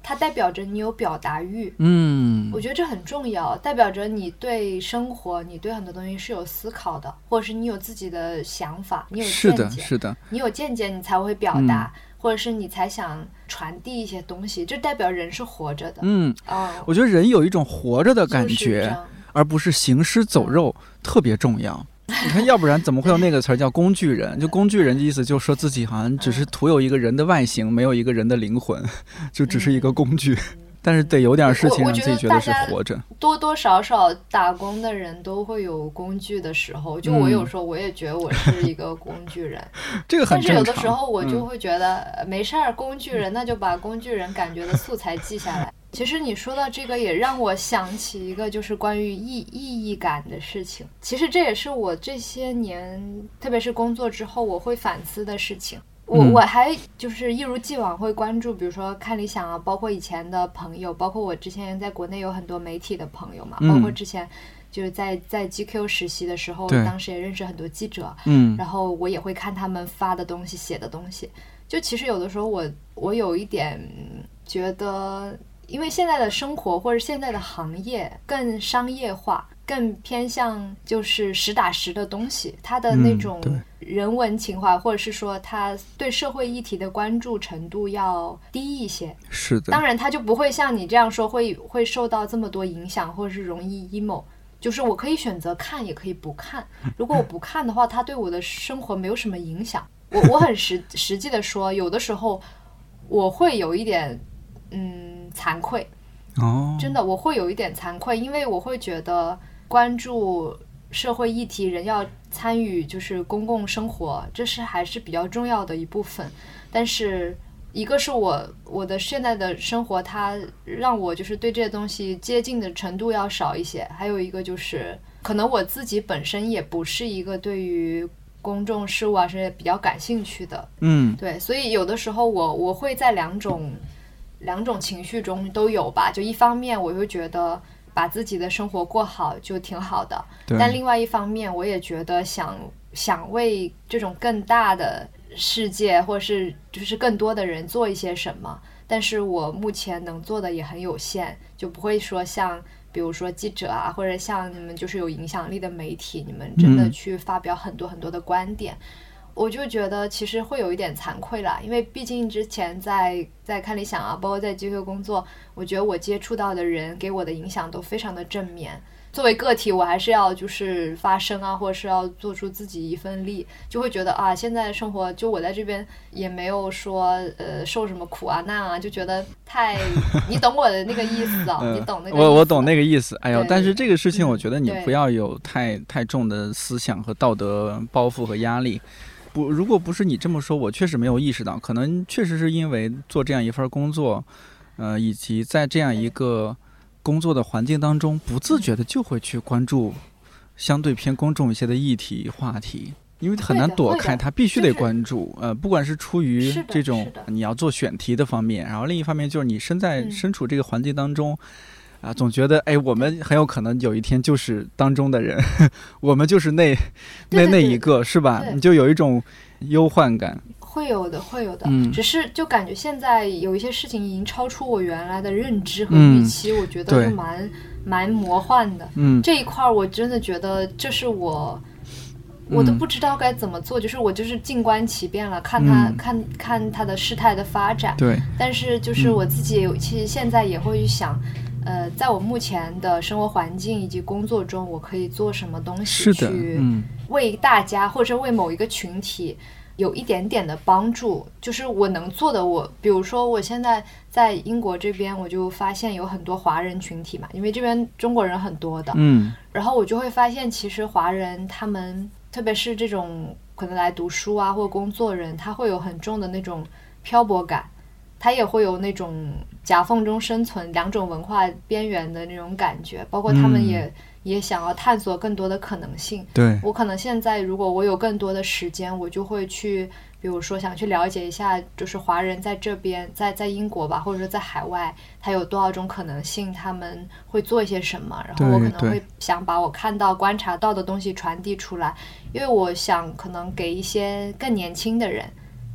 它代表着你有表达欲。我觉得这很重要，代表着你对生活，你对很多东西是有思考的，或者是你有自己的想法，你有见解。 是的， 你有见解，你才会表达。或者是你才想传递一些东西，这代表人是活着的。 我觉得人有一种活着的感觉，而不是行尸走肉，特别重要。你看，要不然怎么会有那个词儿叫工具人？就工具人的意思，就是说自己好像只是徒有一个人的外形，没有一个人的灵魂，就只是一个工具。但是得有点事情让自己觉得是活着。 多多少少打工的人都会有工具的时候，就我有时候我也觉得我是一个工具人， 这个很正常。 但是有的时候我就会觉得没事儿，工具人那就把工具人感觉的素材记下来。其实你说到这个也让我想起一个就是关于意义感的事情，其实这也是我这些年特别是工作之后我会反思的事情。我还就是一如既往会关注，比如说看理想啊，包括以前的朋友，包括我之前在国内有很多媒体的朋友嘛，包括之前就是在 GQ 实习的时候，当时也认识很多记者，然后我也会看他们发的东西写的东西。就其实有的时候我有一点觉得，因为现在的生活或者现在的行业更商业化，更偏向就是实打实的东西，它的那种人文情怀，或者是说它对社会议题的关注程度要低一些。 是的， 当然它就不会像你这样说会受到这么多影响，或者是容易 emo。就是我可以选择看也可以不看，如果我不看的话，它对我的生活没有什么影响。我很实际的说，有的时候我会有一点惭愧。真的我会有一点惭愧，因为我会觉得关注社会议题，人要参与就是公共生活，这是还是比较重要的一部分。但是一个是我的现在的生活，它让我就是对这些东西接近的程度要少一些，还有一个就是可能我自己本身也不是一个对于公众事务啊是比较感兴趣的。对，所以有的时候我会在两种情绪中都有吧。就一方面我会觉得把自己的生活过好就挺好的，但另外一方面我也觉得想为这种更大的世界或者是就是更多的人做一些什么，但是我目前能做的也很有限，就不会说像比如说记者啊，或者像你们就是有影响力的媒体，你们真的去发表很多很多的观点。我就觉得其实会有一点惭愧啦，因为毕竟之前在看理想啊，包括在GQ工作，我觉得我接触到的人给我的影响都非常的正面。作为个体我还是要就是发声啊，或者是要做出自己一份力，就会觉得啊，现在生活就我在这边也没有说受什么苦啊难啊，就觉得太你懂我的那个意思啊。你懂那个意思。 我懂那个意思。哎呦，但是这个事情我觉得你不要有太重的思想和道德包袱和压力。如果不是你这么说，我确实没有意识到，可能确实是因为做这样一份工作，以及在这样一个工作的环境当中，不自觉的就会去关注相对偏公众一些的议题话题，因为很难躲开它，必须得关注。不管是出于这种你要做选题的方面，然后另一方面就是你身处这个环境当中。总觉得我们很有可能有一天就是当中的人，我们就是那一个，是吧？你就有一种忧患感。 会有的。只是就感觉现在有一些事情已经超出我原来的认知和预期，我觉得就蛮魔幻的。这一块我真的觉得这是我都不知道该怎么做，就是我就是静观其变了，看它的事态的发展。 对。 但是就是我自己其实现在也会去想。在我目前的生活环境以及工作中，我可以做什么东西去为大家或者为某一个群体有一点点的帮助，就是我能做的。比如说我现在在英国这边，我就发现有很多华人群体嘛，因为这边中国人很多的，然后我就会发现其实华人他们特别是这种可能来读书啊或工作人，他会有很重的那种漂泊感，他也会有那种夹缝中生存，两种文化边缘的那种感觉，包括他们也想要探索更多的可能性。 对， 我可能现在如果我有更多的时间，我就会去比如说想去了解一下就是华人在这边在英国吧，或者说在海外他有多少种可能性，他们会做一些什么，然后我可能会想把我看到观察到的东西传递出来，因为我想可能给一些更年轻的人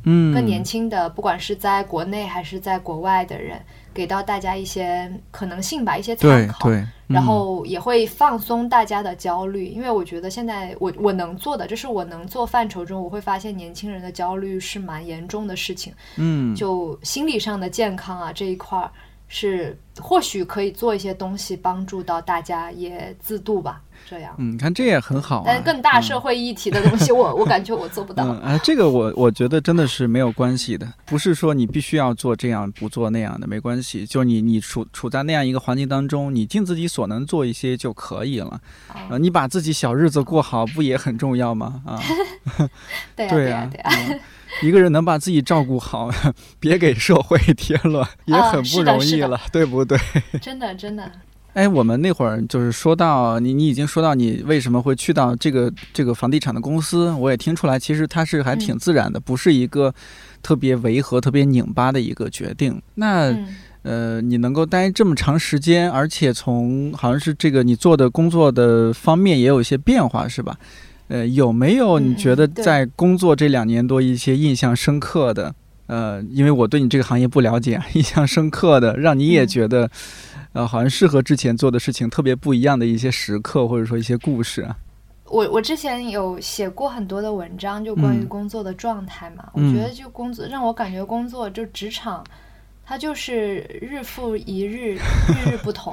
更年轻的，不管是在国内还是在国外的人，给到大家一些可能性吧，一些参考，然后也会放松大家的焦虑。因为我觉得现在我能做的，这是我能做范畴中，我会发现年轻人的焦虑是蛮严重的事情。就心理上的健康啊这一块是或许可以做一些东西帮助到大家，也自度吧。这样， 你看这也很好啊。 但是更大社会议题的东西，我感觉我做不到。 这个我觉得真的是没有关系的，不是说你必须要做这样不做那样的，没关系。就你处在那样一个环境当中，你尽自己所能做一些就可以了。你把自己小日子过好，不也很重要吗？对啊。一个人能把自己照顾好，别给社会添乱，也很不容易了，对不对？ 真的。 我们那会儿就是说到你已经说到你为什么会去到这个房地产的公司，我也听出来，其实它是还挺自然的，不是一个特别违和、特别拧巴的一个决定。那你能够待这么长时间，而且从好像是这个你做的工作的方面也有一些变化，是吧？有没有你觉得在工作这2年多一些印象深刻的？因为我对你这个行业不了解，印象深刻的，让你也觉得。好像是和之前做的事情特别不一样的一些时刻，或者说一些故事啊。 我之前有写过很多的文章，就关于工作的状态嘛。我觉得就工作让我感觉工作就职场，它就是日复一日，日日不同。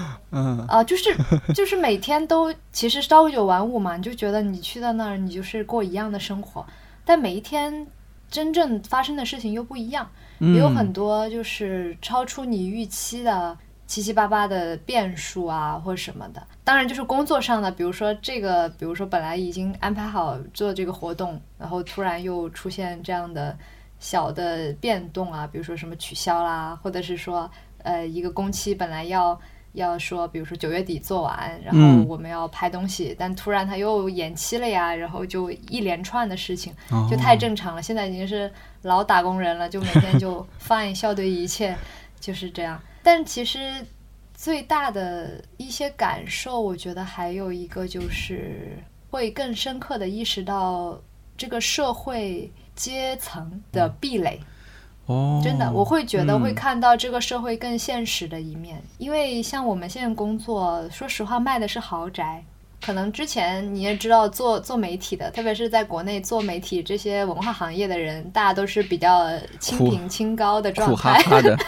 就是每天都其实朝9晚5嘛，你就觉得你去到那儿你就是过一样的生活，但每一天真正发生的事情又不一样，也有很多就是超出你预期的。七七八八的变数啊或者什么的，当然就是工作上的，比如说本来已经安排好做这个活动，然后突然又出现这样的小的变动啊，比如说什么取消啦，或者是说一个工期本来要说比如说9月底做完，然后我们要拍东西，但突然它又延期了呀，然后就一连串的事情，就太正常了。现在已经是老打工人了，就每天就fine笑对一切，就是这样。但其实最大的一些感受，我觉得还有一个就是会更深刻的意识到这个社会阶层的壁垒。真的，我会觉得会看到这个社会更现实的一面。因为像我们现在工作，说实话卖的是豪宅。可能之前你也知道做媒体的，特别是在国内做媒体这些文化行业的人，大家都是比较清贫清高的状态， 苦哈哈的。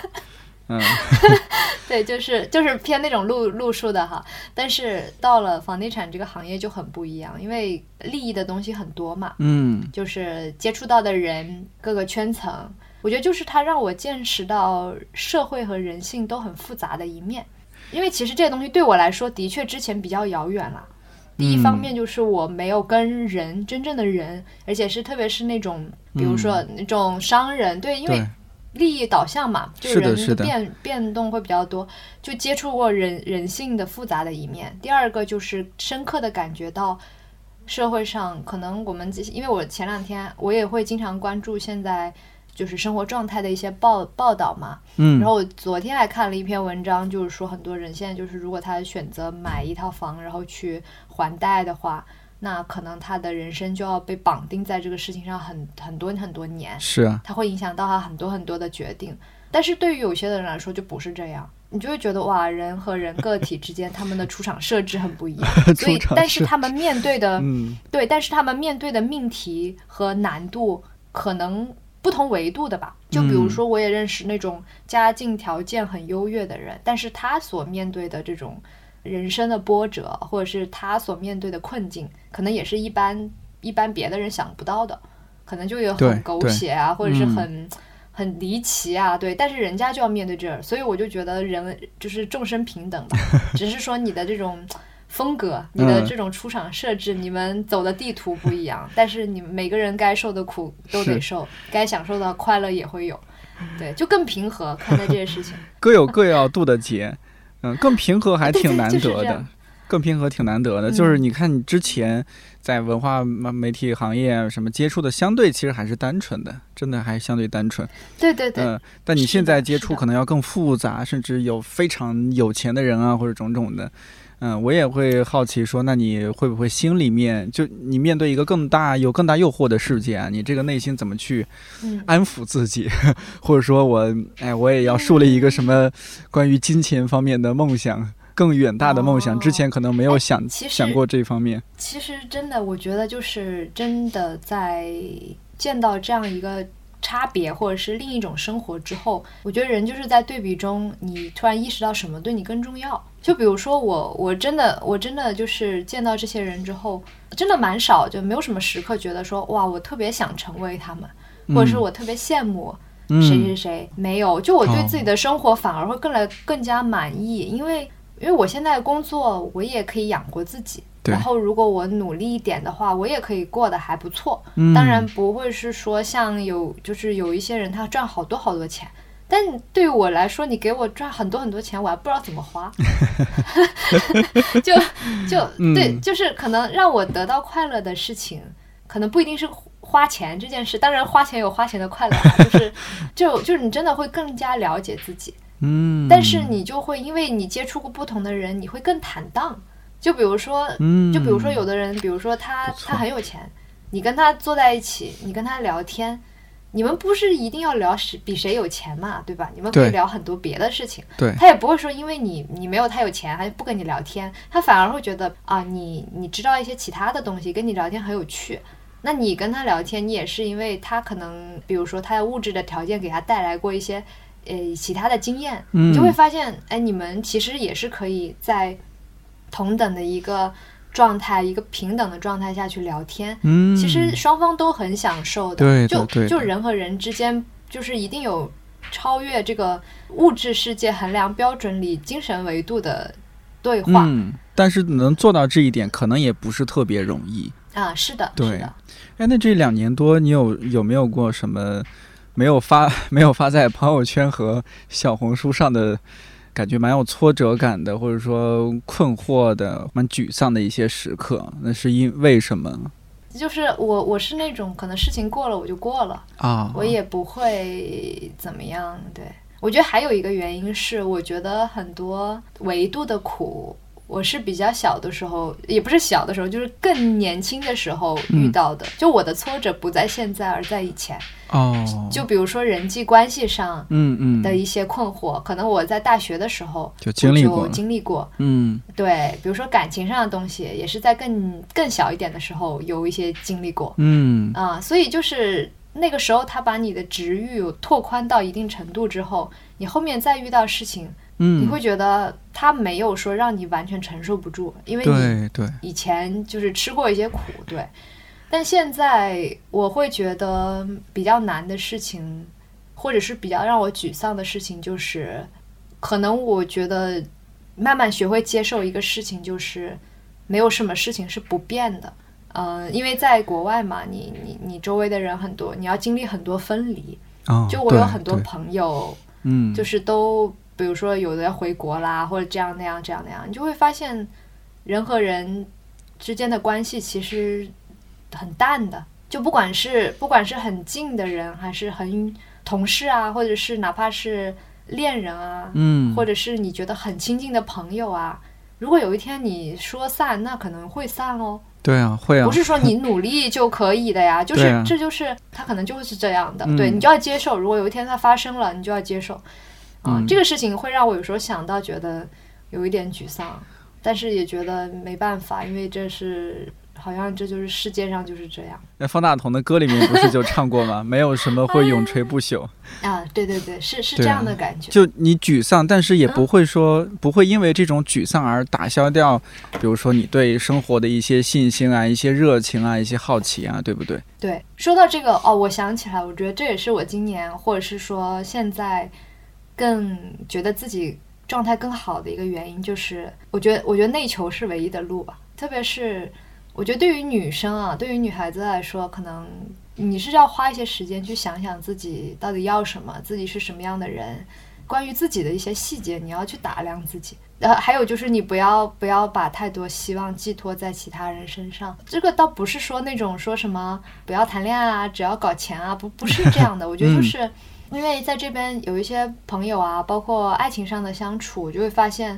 对，就是偏那种路数的哈。但是到了房地产这个行业就很不一样，因为利益的东西很多嘛，就是接触到的人各个圈层，我觉得就是它让我见识到社会和人性都很复杂的一面。因为其实这些东西对我来说的确之前比较遥远了。第一方面就是我没有跟人真正的人，而且是特别是那种比如说那种商人，对，因为利益导向嘛，就人的变动会比较多，就接触过人性的复杂的一面。第二个就是深刻的感觉到社会上可能我们因为我前2天我也会经常关注现在就是生活状态的一些报道嘛，然后我昨天还看了一篇文章，就是说很多人现在就是如果他选择买一套房然后去还贷的话，那可能他的人生就要被绑定在这个事情上很多年， 是啊， 他会影响到他很多的决定。但是对于有些的人来说就不是这样，你就会觉得哇，人和人个体之间他们的出场设置很不一样，所以但是他们面对的对，但是他们面对的命题和难度可能不同维度的吧。就比如说我也认识那种家境条件很优越的人，但是他所面对的这种人生的波折，或者是他所面对的困境，可能也是一般别的人想不到的，可能就有很狗血啊，或者是很离奇啊，对，但是人家就要面对这儿，所以我就觉得人就是众生平等吧，只是说你的这种风格，你的这种出场设置，你们走的地图不一样，但是你们每个人该受的苦都得受，该享受的快乐也会有，对，就更平和看待这些事情， 各有各要渡的劫。更平和还挺难得的，更平和挺难得的。就是你看你之前在文化媒体行业什么接触的相对其实还是单纯的，真的还相对单纯。 对， 但你现在接触可能要更复杂，甚至有非常有钱的人啊或者种种的。 我也会好奇说，那你会不会心里面就你面对一个有更大诱惑的世界啊，你这个内心怎么去安抚自己，或者说我也要树立一个什么关于金钱方面的梦想，更远大的梦想，之前可能没有想过这方面。 其实真的，我觉得就是真的在见到这样一个差别或者是另一种生活之后，我觉得人就是在对比中，你突然意识到什么对你更重要。就比如说我真的就是见到这些人之后，真的蛮少，就没有什么时刻觉得说哇我特别想成为他们，或者是我特别羡慕谁谁谁，没有。就我对自己的生活反而会更加满意，因为我现在工作我也可以养活自己，然后如果我努力一点的话，我也可以过得还不错。当然不会是说像有一些人他赚好多好多钱，但对于我来说，你给我赚很多很多钱，我还不知道怎么花。对，就是可能让我得到快乐的事情，可能不一定是花钱这件事。当然花钱有花钱的快乐啊，就是你真的会更加了解自己。但是你就会因为你接触过不同的人，你会更坦荡。就比如说有的人，比如说他很有钱，你跟他坐在一起，你跟他聊天，你们不是一定要聊比谁有钱嘛，对吧？你们可以聊很多别的事情。 对， 他也不会说因为你没有他有钱，他就不跟你聊天，他反而会觉得啊，你知道一些其他的东西，跟你聊天很有趣。那你跟他聊天，你也是因为他可能，比如说他的物质的条件给他带来过一些其他的经验，你就会发现，你们其实也是可以在同等的一个状态，一个平等的状态下去聊天。其实双方都很享受的。就人和人之间，就是一定有超越这个物质世界衡量标准里精神维度的对话。 但是能做到这一点，可能也不是特别容易啊。是的， 对。 是的。 那这2年多，你有没有过什么没有发在朋友圈和小红书上的感觉蛮有挫折感的，或者说困惑的、蛮沮丧的一些时刻？那是为什么？ 就是我是那种可能事情过了我就过了啊，我也不会怎么样。对，我觉得还有一个原因是，我觉得很多维度的苦，我是比较小的时候，也不是小的时候，就是更年轻的时候遇到的。就我的挫折不在现在，而在以前。就比如说人际关系上的一些困惑，可能我在大学的时候就经历过。对，比如说感情上的东西，也是在更小一点的时候有一些经历过。所以就是那个时候，他把你的值域拓宽到一定程度之后，你后面再遇到事情，你会觉得他没有说让你完全承受不住，因为你以前就是吃过一些苦。对。但现在我会觉得比较难的事情，或者是比较让我沮丧的事情，就是可能我觉得慢慢学会接受一个事情，就是没有什么事情是不变的。因为在国外嘛，你周围的人很多，你要经历很多分离。就我有很多朋友，就是都比如说有的要回国啦，或者这样那样，你就会发现人和人之间的关系其实很淡的。就不管是很近的人，还是很同事啊，或者是哪怕是恋人啊，或者是你觉得很亲近的朋友啊，如果有一天你说散，那可能会散哦。 对啊，会啊， 不是说你努力就可以的呀，就是这就是它可能就会是这样的。对，你就要接受，如果有一天它发生了，你就要接受。这个事情会让我有时候想到觉得有一点沮丧，但是也觉得没办法，因为这是好像这就是世界上就是这样。 那方大同的歌里面不是就唱过吗？没有什么会永垂不朽啊！对对对，是这样的感觉。 就你沮丧，但是也不会说、不会因为这种沮丧而打消掉，比如说你对生活的一些信心啊、一些热情啊、一些好奇啊，对不对？ 对，说到这个我想起来，我觉得这也是我今年或者是说现在更觉得自己状态更好的一个原因，就是我觉得内求是唯一的路吧。特别是我觉得对于女生啊，对于女孩子来说，可能你是要花一些时间去想想自己到底要什么，自己是什么样的人，关于自己的一些细节你要去打量自己。还有就是你不要把太多希望寄托在其他人身上。这个倒不是说那种说什么不要谈恋爱啊，只要搞钱啊，不是这样的。我觉得就是因为在这边有一些朋友啊，包括爱情上的相处，就会发现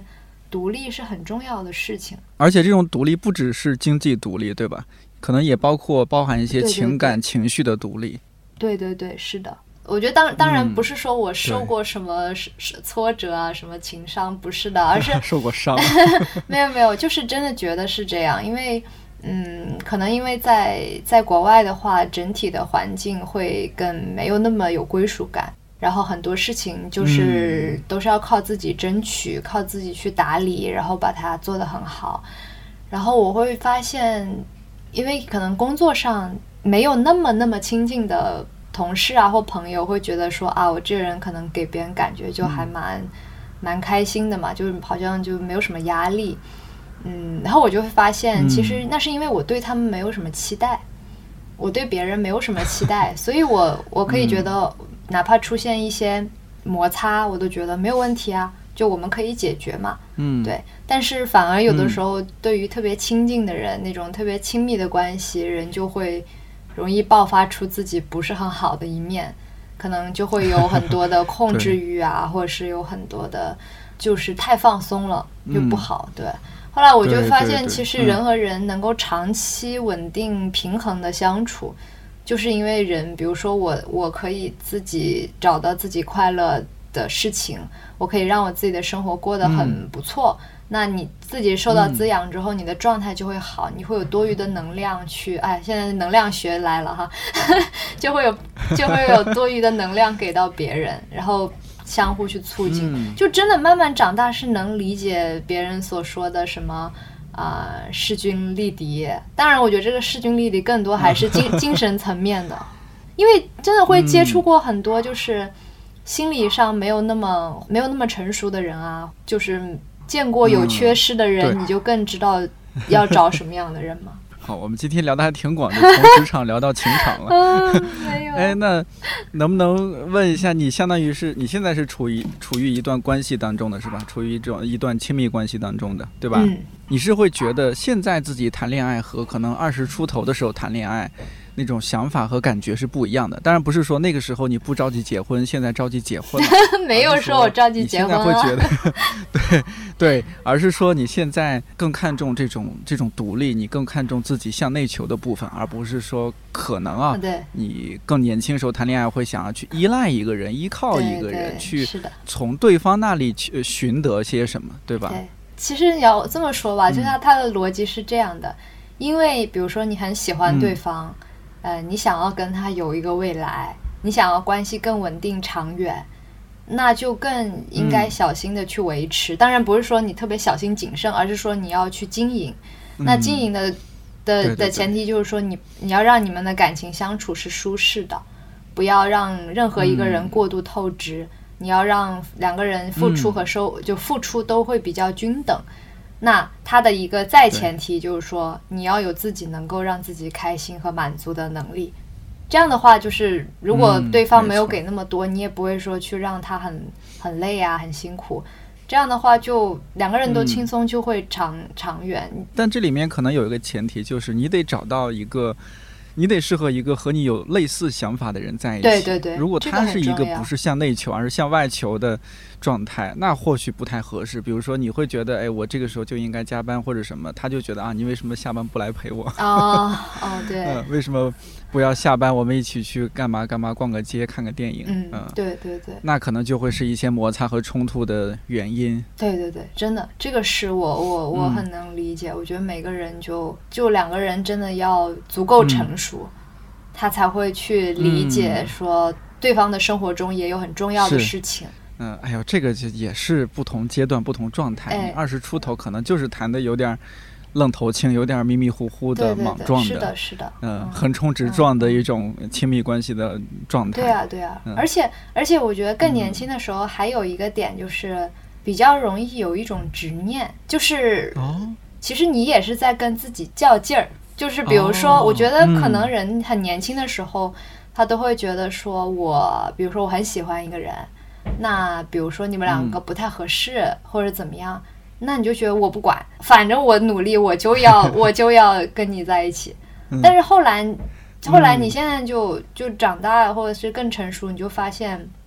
独立是很重要的事情。 而且这种独立不只是经济独立，对吧？可能也包含一些情感情绪的独立。 对对对，是的。我觉得当然不是说我受过什么挫折啊，什么情伤，不是的，而是受过伤。 没有，就是真的觉得是这样，因为可能因为在国外的话，整体的环境会更没有那么有归属感，然后很多事情就是都是要靠自己争取，靠自己去打理，然后把它做得很好。然后我会发现，因为可能工作上没有那么亲近的同事啊或朋友，会觉得说啊，我这个人可能给别人感觉就还蛮开心的嘛，就是好像就没有什么压力。然后我就会发现，其实那是因为我对他们没有什么期待，我对别人没有什么期待，所以我可以觉得，哪怕出现一些摩擦，我都觉得没有问题啊，就我们可以解决嘛。对。但是反而有的时候，对于特别亲近的人，那种特别亲密的关系，人就会容易爆发出自己不是很好的一面，可能就会有很多的控制欲啊，或者是有很多的，就是太放松了就不好。对。后来我就发现，其实人和人能够长期稳定平衡的相处，就是因为人，比如说我可以自己找到自己快乐的事情，我可以让我自己的生活过得很不错。那你自己受到滋养之后，你的状态就会好，你会有多余的能量去，现在能量学来了哈，就会有多余的能量给到别人，然后相互去促进，就真的慢慢长大是能理解别人所说的什么势均力敌。当然我觉得这个势均力敌更多还是精神层面的，因为真的会接触过很多就是心理上没有那么成熟的人啊，就是见过有缺失的人，你就更知道要找什么样的人嘛。 好，我们今天聊的还挺广的，从职场聊到情场了。 没有。 那能不能问一下，你相当于是你现在是处于一段关系当中的是吧？处于一段亲密关系当中的，对吧？你是会觉得现在自己谈恋爱和可能20出头的时候谈恋爱那种想法和感觉是不一样的？当然不是说那个时候你不着急结婚，现在着急结婚了。 没有说我着急结婚了。 你现在会觉得对，而是说你现在更看重这种独立，你更看重自己向内求的部分，而不是说可能对， 你更年轻时候谈恋爱会想要去依赖一个人，依靠一个人，去从对方那里去寻得些什么，对吧？ 对，其实你要这么说吧，就是他的逻辑是这样的，因为比如说你很喜欢对方，你想要跟他有一个未来，你想要关系更稳定长远，那就更应该小心的去维持。当然不是说你特别小心谨慎，而是说你要去经营。那经营的前提就是说你要让你们的感情相处是舒适的，不要让任何一个人过度透支，你要让两个人付出和就付出都会比较均等。那他的一个再前提就是说，你要有自己能够让自己开心和满足的能力。这样的话，就是如果对方没有给那么多，你也不会说去让他很累啊，很辛苦。这样的话，就两个人都轻松，就会长远。 但这里面可能有一个前提，就是你得找到一个。你得适合一个和你有类似想法的人在一起。 对， 如果他是一个不是向内求而是向外求的状态，那或许不太合适。比如说你会觉得我这个时候就应该加班或者什么，他就觉得你为什么下班不来陪我？ 对， 为什么不要下班我们一起去干嘛逛个街看个电影？ 对， 那可能就会是一些摩擦和冲突的原因。 对，真的，这个是我很能理解。我觉得每个人就两个人真的要足够成熟，他才会去理解说对方的生活中也有很重要的事情。 这个也是不同阶段不同状态。20出头可能就是谈的有点愣头青，有点迷迷糊糊的，莽撞的， 是的， 横冲直撞的一种亲密关系的状态。 对啊，而且我觉得更年轻的时候还有一个点，就是比较容易有一种执念，就是其实你也是在跟自己较劲儿。就是比如说我觉得可能人很年轻的时候，他都会觉得说比如说我很喜欢一个人，那比如说你们两个不太合适或者怎么样，那你就觉得我不管，反正我努力，我就要跟你在一起。但是后来你现在就长大了，或者是更成熟，你就发现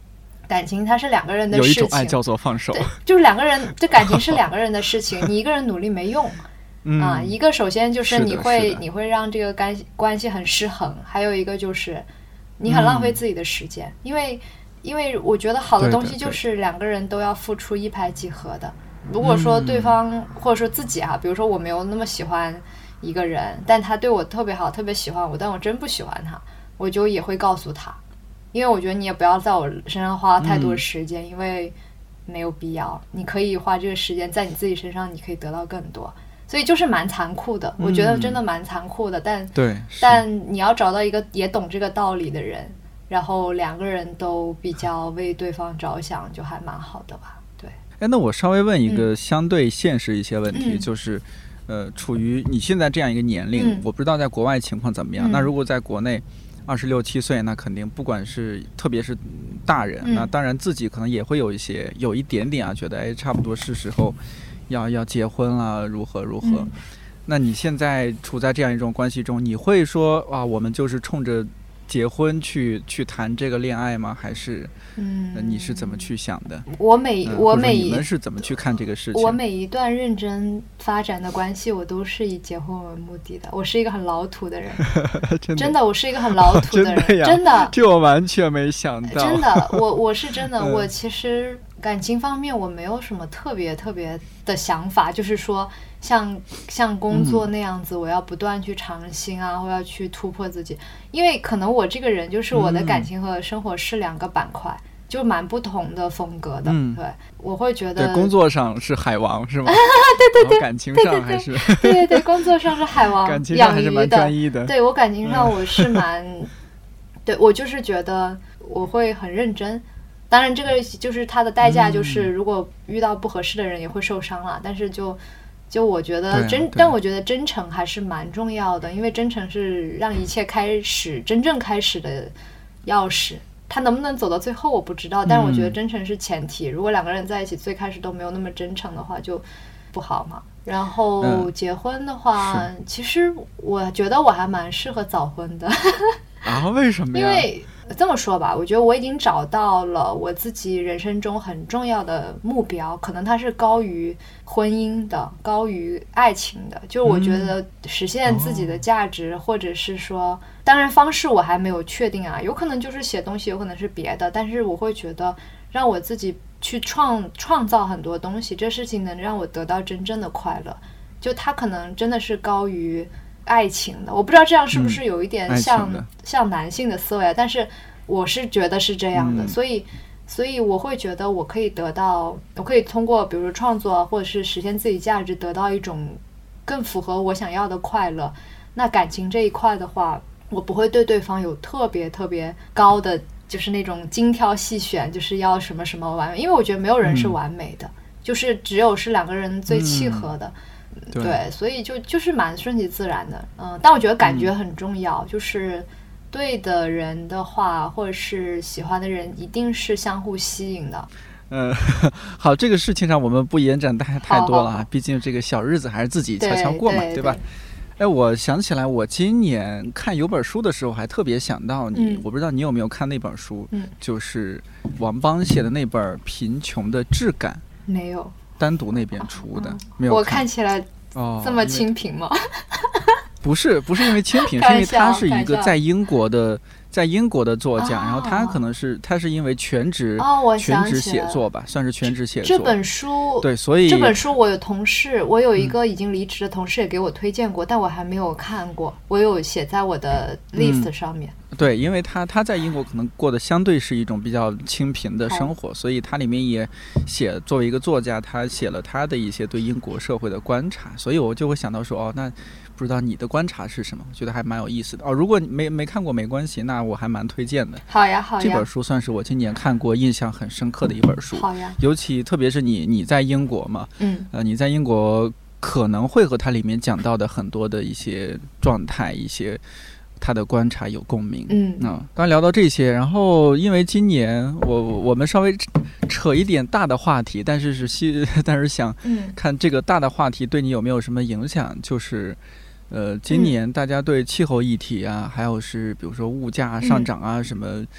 感情它是两个人的事情， 有一种爱叫做放手， 对，就是两个人，这感情是两个人的事情，你一个人努力没用。一个首先就是你会让这个关系很失衡，还有一个就是你很浪费自己的时间，因为我觉得好的东西就是两个人都要付出一拍即合的。如果说对方或者说自己比如说我没有那么喜欢一个人，但他对我特别好，特别喜欢我，但我真不喜欢他，我就也会告诉他，因为我觉得你也不要在我身上花太多时间，因为没有必要，你可以花这个时间在你自己身上，你可以得到更多。所以就是蛮残酷的，我觉得真的蛮残酷的，但你要找到一个也懂这个道理的人，然后两个人都比较为对方着想，就还蛮好的吧。对。 那我稍微问一个相对现实一些问题，就是处于你现在这样一个年龄，我不知道在国外情况怎么样，那如果在国内26、7岁，那肯定不管是特别是大人，那当然自己可能也会有一点点觉得差不多是时候要结婚了，如何，那你现在处在这样一种关系中，你会说我们就是冲着结婚去谈这个恋爱吗？还是你是怎么去想的？你们是怎么去看这个事情？ 我每一段认真发展的关系，我都是以结婚为目的的。我是一个很老土的人，真的，我是一的很老土的人，真的， 这我完全没想到。 真的，我是真的，我其实感情方面我没有什么特别的想法，就是说像工作那样子，我要不断去尝新或要去突破自己，因为可能我这个人就是我的感情和生活是两个板块，就蛮不同的风格的。对，我会觉得工作上是海王是吗？ 对， 感情上还是对，工作上是海王， 感情上还是蛮专一的。 对，我感情上我是蛮对，我就是觉得我会很认真。当然这个就是它的代价，就是如果遇到不合适的人也会受伤了，但是就我觉得但我觉得真诚还是蛮重要的，因为真诚是让一切真正开始的钥匙。它能不能走到最后我不知道，但是我觉得真诚是前提。如果两个人在一起最开始都没有那么真诚的话，就不好嘛。然后结婚的话，其实我觉得我还蛮适合早婚的。 为什么呀？ 因为这么说吧，我觉得我已经找到了我自己人生中很重要的目标，可能它是高于婚姻的，高于爱情的。就我觉得实现自己的价值，或者是说，当然方式我还没有确定有可能就是写东西，有可能是别的，但是我会觉得让我自己去创造很多东西，这事情能让我得到真正的快乐，就它可能真的是高于爱情的。我不知道这样是不是有一点像男性的思维，但是我是觉得是这样的。所以我会觉得我可以通过比如说创作或者是实现自己价值，得到一种更符合我想要的快乐。那感情这一块的话，我不会对对方有特别高的就是那种精挑细选，就是要什么什么完美，因为我觉得没有人是完美的，就是只有是两个人最契合的。对，所以就是蛮顺其自然的。但我觉得感觉很重要，就是对的人的话，或者是喜欢的人，一定是相互吸引的。 好，这个事情上我们不延展太多了毕竟这个小日子还是自己悄悄过嘛，对吧？我想起来，我今年看有本书的时候，还特别想到你。我不知道你有没有看那本书，就是王邦写的那本《贫穷的质感》。 没有。单独那边出的，没有。 我看起来这么清贫吗？ 不是因为清贫，是因为他是一个在英国的作家，然后他是因为全职写作吧，算是全职写作。 这本书对，所以这本书我有一个已经离职的同事也给我推荐过，但我还没有看过，我有写在我的 list 上面。 对，因为他在英国可能过的相对是一种比较清贫的生活，所以他里面也作为一个作家，他写了他的一些对英国社会的观察，所以我就会想到说，那不知道你的观察是什么？我觉得还蛮有意思的如果你没看过没关系，那我还蛮推荐的。 好呀， 这本书算是我今年看过印象很深刻的一本书。 好呀， 尤其特别是你在英国嘛，你在英国可能会和它里面讲到的很多的一些状态，一些他的观察有共鸣。刚聊到这些，然后因为今年我们稍微扯一点大的话题，但是想看这个大的话题对你有没有什么影响，就是今年大家对气候议题还有是比如说物价上涨什么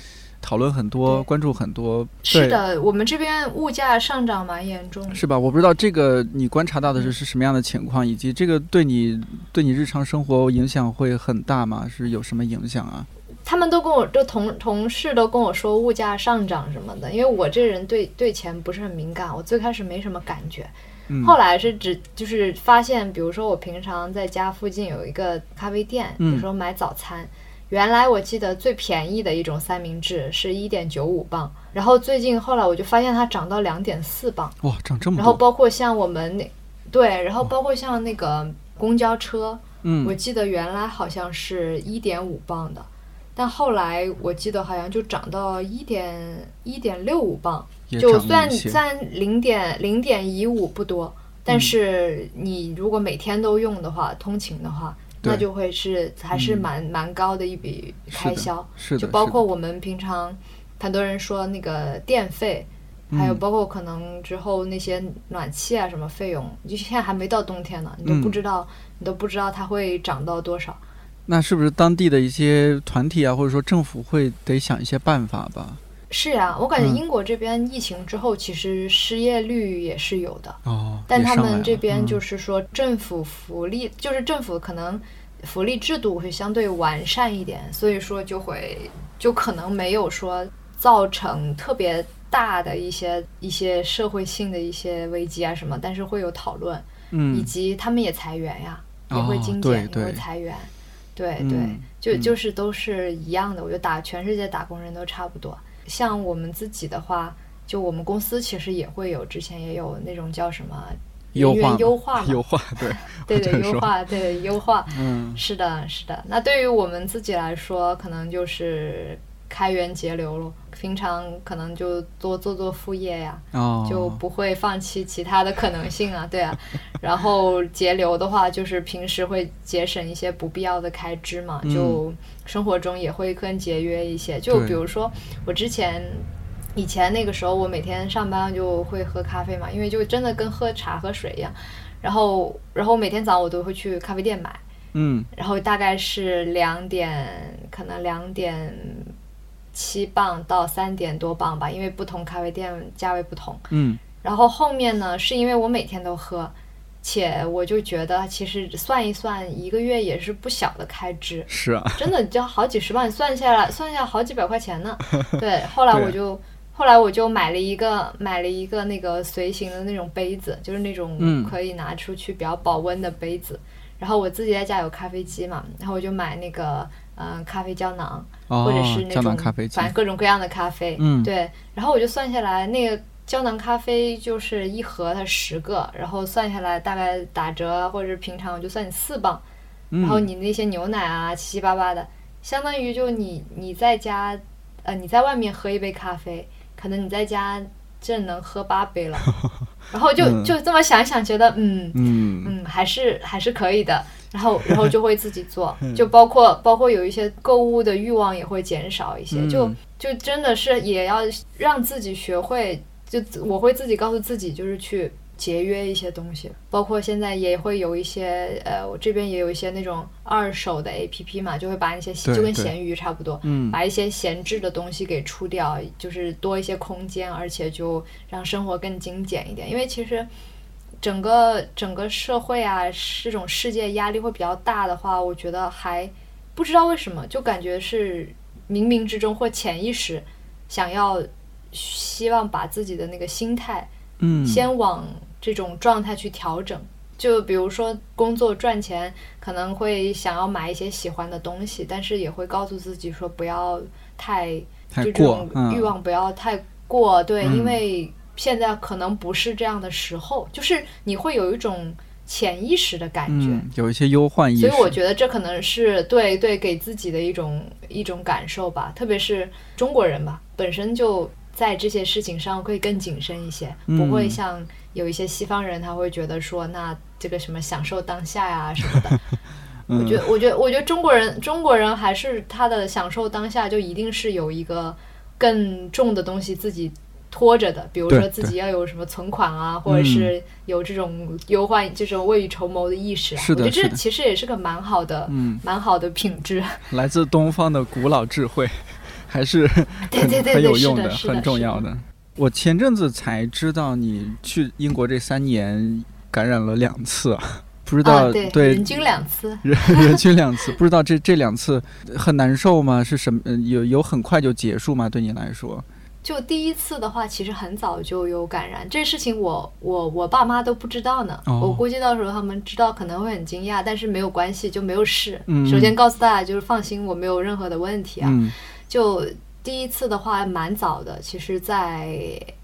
讨论很多，关注很多。 是的，我们这边物价上涨蛮严重， 是吧？我不知道这个你观察到的是什么样的情况，以及这个对你日常生活影响会很大吗？是有什么影响啊？ 他们都跟我同事都跟我说物价上涨什么的，因为我这人对钱不是很敏感，我最开始没什么感觉。后来是就是发现，比如说我平常在家附近有一个咖啡店，比如说买早餐，原来我记得最便宜的一种三明治是1.95磅，然后后来我就发现它涨到2.4磅， 哇，涨这么多！ 然后包括像我们然后包括像那个公交车，我记得原来好像是1.5磅的，但后来我记得好像就涨到1.65磅。就算0.15不多，但是你如果每天都用的话，通勤的话，那就会还是蛮高的一笔开销。 是的， 就包括我们平常很多人说那个电费，还有包括可能之后那些暖气啊什么费用，就现在还没到冬天呢，你都不知道它会涨到多少。 那是不是当地的一些团体啊，或者说政府得想一些办法吧？ 是呀，我感觉英国这边疫情之后，其实失业率也是有的。但他们这边就是说政府福利，就是政府可能福利制度会相对完善一点，所以说就可能没有说造成特别大的一些社会性的一些危机啊什么，但是会有讨论，以及他们也裁员呀，也会精简，也会裁员。对，就是都是一样的，我觉得全世界打工人都差不多。像我们自己的话，就我们公司其实也会有，之前也有那种叫什么人员优化嘛， 优化， 对优化，是的。那对于我们自己来说，可能就是开源节流咯，平常可能就多做副业呀，就不会放弃其他的可能性啊，对啊。然后节流的话，就是平时会节省一些不必要的开支嘛，就生活中也会更节约一些。就比如说我以前那个时候，我每天上班就会喝咖啡嘛，因为就真的跟喝茶喝水一样。然后每天早上我都会去咖啡店买，然后大概是可能2.7磅到3点多磅吧，因为不同咖啡店价位不同。然后后面呢，是因为我每天都喝，且我就觉得其实算一算，一个月也是不小的开支。 是啊， 真的就好几十万，算下好几百块钱呢。对，后来我就买了一个那个随行的那种杯子，就是那种可以拿出去比较保温的杯子。然后我自己在家有咖啡机嘛，然后我就买那个咖啡胶囊，或者是那种反正各种各样的咖啡。对，然后我就算下来，那个胶囊咖啡就是一盒它10个，然后算下来大概打折或者平常我就算你4磅。然后你那些牛奶啊七七八八的，相当于就你在家你在外面喝一杯咖啡，可能你在家这能喝8杯了。然后就这么想想，觉得还是可以的。然后就会自己做，就包括有一些购物的欲望也会减少一些。就真的是也要让自己学会，就我会自己告诉自己，就是去节约一些东西。包括现在也会有一些我这边也有一些那种2手的 APP 嘛，就会把那些就跟闲鱼差不多，把一些闲置的东西给出掉，就是多一些空间，而且就让生活更精简一点。因为其实整个社会啊，这种世界压力会比较大的话，我觉得还不知道为什么，就感觉是冥冥之中或潜意识希望把自己的那个心态先往这种状态去调整。就比如说工作赚钱，可能会想要买一些喜欢的东西，但是也会告诉自己说不要就这种欲望不要太过。对，因为现在可能不是这样的时候，就是你会有一种潜意识的感觉， 有一些忧患意识。 所以我觉得这可能是对给自己的一种感受吧，特别是中国人吧，本身就在这些事情上会更谨慎一些，不会像有一些西方人他会觉得说那这个什么享受当下呀什么的。我觉得中国人还是他的享受当下就一定是有一个更重的东西自己拖着的，比如说自己要有什么存款啊，或者是有这种忧患这种未雨绸缪的意识啊。 是的， 我觉得这其实也是个蛮好的品质， 来自东方的古老智慧。 还是很有用的，很重要的。 我前阵子才知道你去英国这3年感染了2次啊，不知道、 对人均2次， 人均2次，不知道这2次很难受吗？是什么？有很快就结束吗？对你来说？ 就第一次的话，其实很早就有感染，这事情我爸妈都不知道呢。我估计到时候他们知道可能会很惊讶，但是没有关系，就没有事。首先告诉大家就是放心，我没有任何的问题啊。就第一次的话蛮早的，其实在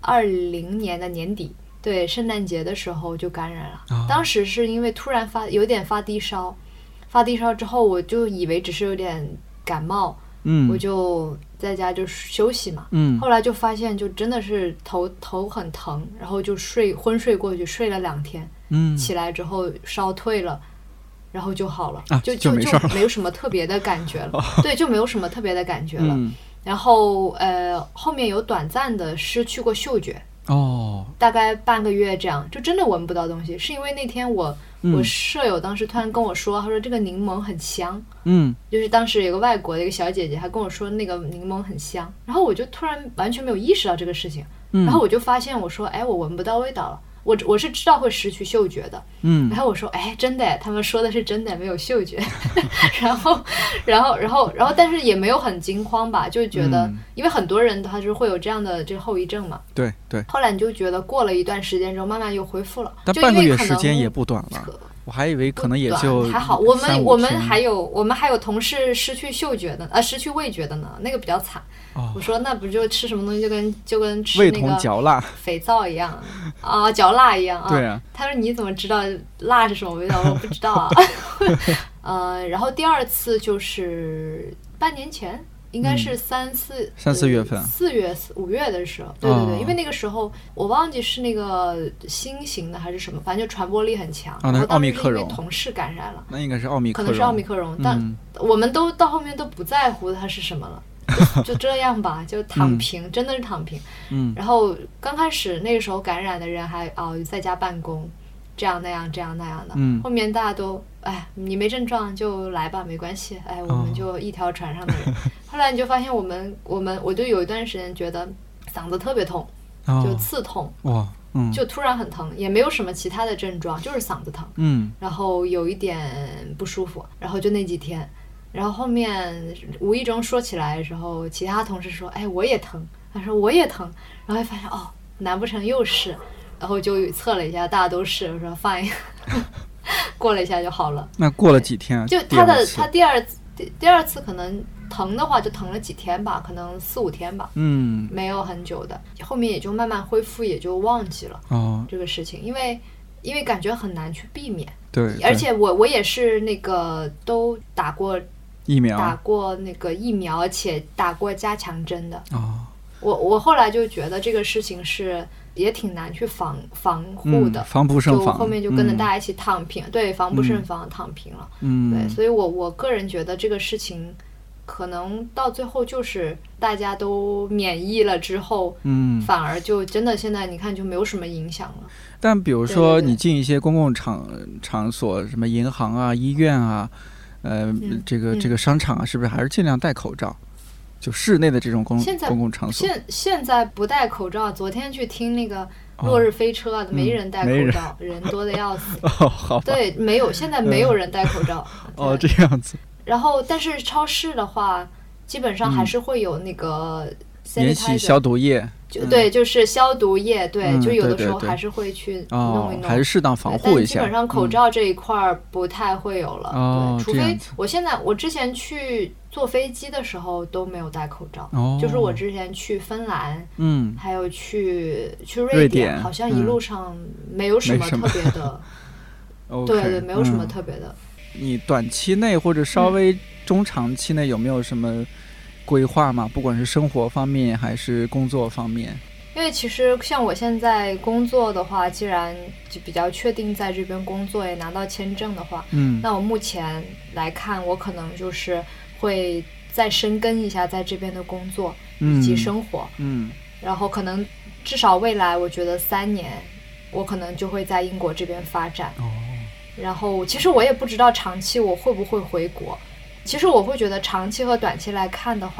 20年的年底，对，圣诞节的时候就感染了。当时是因为突然有点发低烧之后，我就以为只是有点感冒。我就在家就休息嘛，后来就发现就真的是头很疼，然后就昏睡过去，睡了2天，起来之后烧退了，然后就好了，就没有什么特别的感觉了，对，就没有什么特别的感觉了。然后后面有短暂的失去过嗅觉，大概半个月这样，就真的闻不到东西，是因为那天我舍友当时突然跟我说，他说这个柠檬很香，就是当时有个外国的一个小姐姐，她跟我说那个柠檬很香，然后我就突然完全没有意识到这个事情，然后我就发现我说，哎，我闻不到味道了，我是知道会失去嗅觉的，然后我说，哎，真的，他们说的是真的，没有嗅觉，然后，但是也没有很惊慌吧，就觉得，因为很多人他是会有这样的这个后遗症嘛， 对。 后来你就觉得过了一段时间之后，慢慢又恢复了， 但半个月时间也不短了。我还以为可能也就还好，我们还有同事失去嗅觉的，失去味觉的呢，那个比较惨。我说那不就吃什么东西就跟吃那个嚼蜡肥皂一样啊，嚼蜡一样啊。 对啊。 他说你怎么知道蜡是什么味道？我不知道啊。然后第2次就是半年前。应该是3、4 月份 ，4月、5月的时候，对，因为那个时候我忘记是那个新型的还是什么，反正就传播力很强。 那是奥密克戎， 因为同事感染了， 那应该是奥密克戎， 可能是奥密克戎，但我们都到后面都不在乎它是什么了，就这样吧，就躺平，真的是躺平。然后刚开始那个时候感染的人还在家办公。这样那样的，后面大家都你没症状就来吧，没关系，我们就一条船上的人。后来你就发现我就有一段时间觉得嗓子特别痛，就刺痛，就突然很疼，也没有什么其他的症状，就是嗓子疼，然后有一点不舒服，然后就那几天，然后后面无意中说起来的时候，其他同事说，我也疼，他说我也疼，然后发现难不成又是。然后就测了一下，大家都是，我说 fine， 过了一下就好了。 那过了几天啊？ 就他第二次可能疼的话，就疼了几天吧，可能4、5天吧，没有很久的。后面也就慢慢恢复，也就忘记了这个事情，因为感觉很难去避免。 对， 而且我也是那个都打过疫苗， 打过那个疫苗，而且打过加强针的。我后来就觉得这个事情是。也挺难去防护的， 防不胜防。 就后面就跟着大家一起躺平，对，防不胜防，躺平了。对，所以我个人觉得这个事情可能到最后就是大家都免疫了之后，反而就真的现在你看就没有什么影响了。 但比如说你进一些公共场所，什么银行啊、医院啊，这个商场啊，是不是还是尽量戴口罩？就室内的这种公共场所， 现在不戴口罩。昨天去听那个落日飞车，没人戴口罩，人多的要死。 好吧。 对，没有，现在没有人戴口罩。 这样子。 然后，但是超市的话，基本上还是会有那个免洗消毒液。 对，就是消毒液，对，就有的时候还是会去弄一弄， 还是适当防护一下。 但基本上口罩这一块不太会有了，对，除非我之前去坐飞机的时候都没有戴口罩，就是我之前去芬兰，还有去瑞典，好像一路上没有什么特别的，对，没有什么特别的。 你短期内或者稍微中长期内有没有什么规划吗？不管是生活方面还是工作方面？ 因为其实像我现在工作的话，既然就比较确定在这边工作，也拿到签证的话，那我目前来看，我可能就是会再深耕一下在这边的工作以及生活，然后可能至少未来我觉得3年，我可能就会在英国这边发展。然后其实我也不知道长期我会不会回国。其实我会觉得长期和短期来看的话，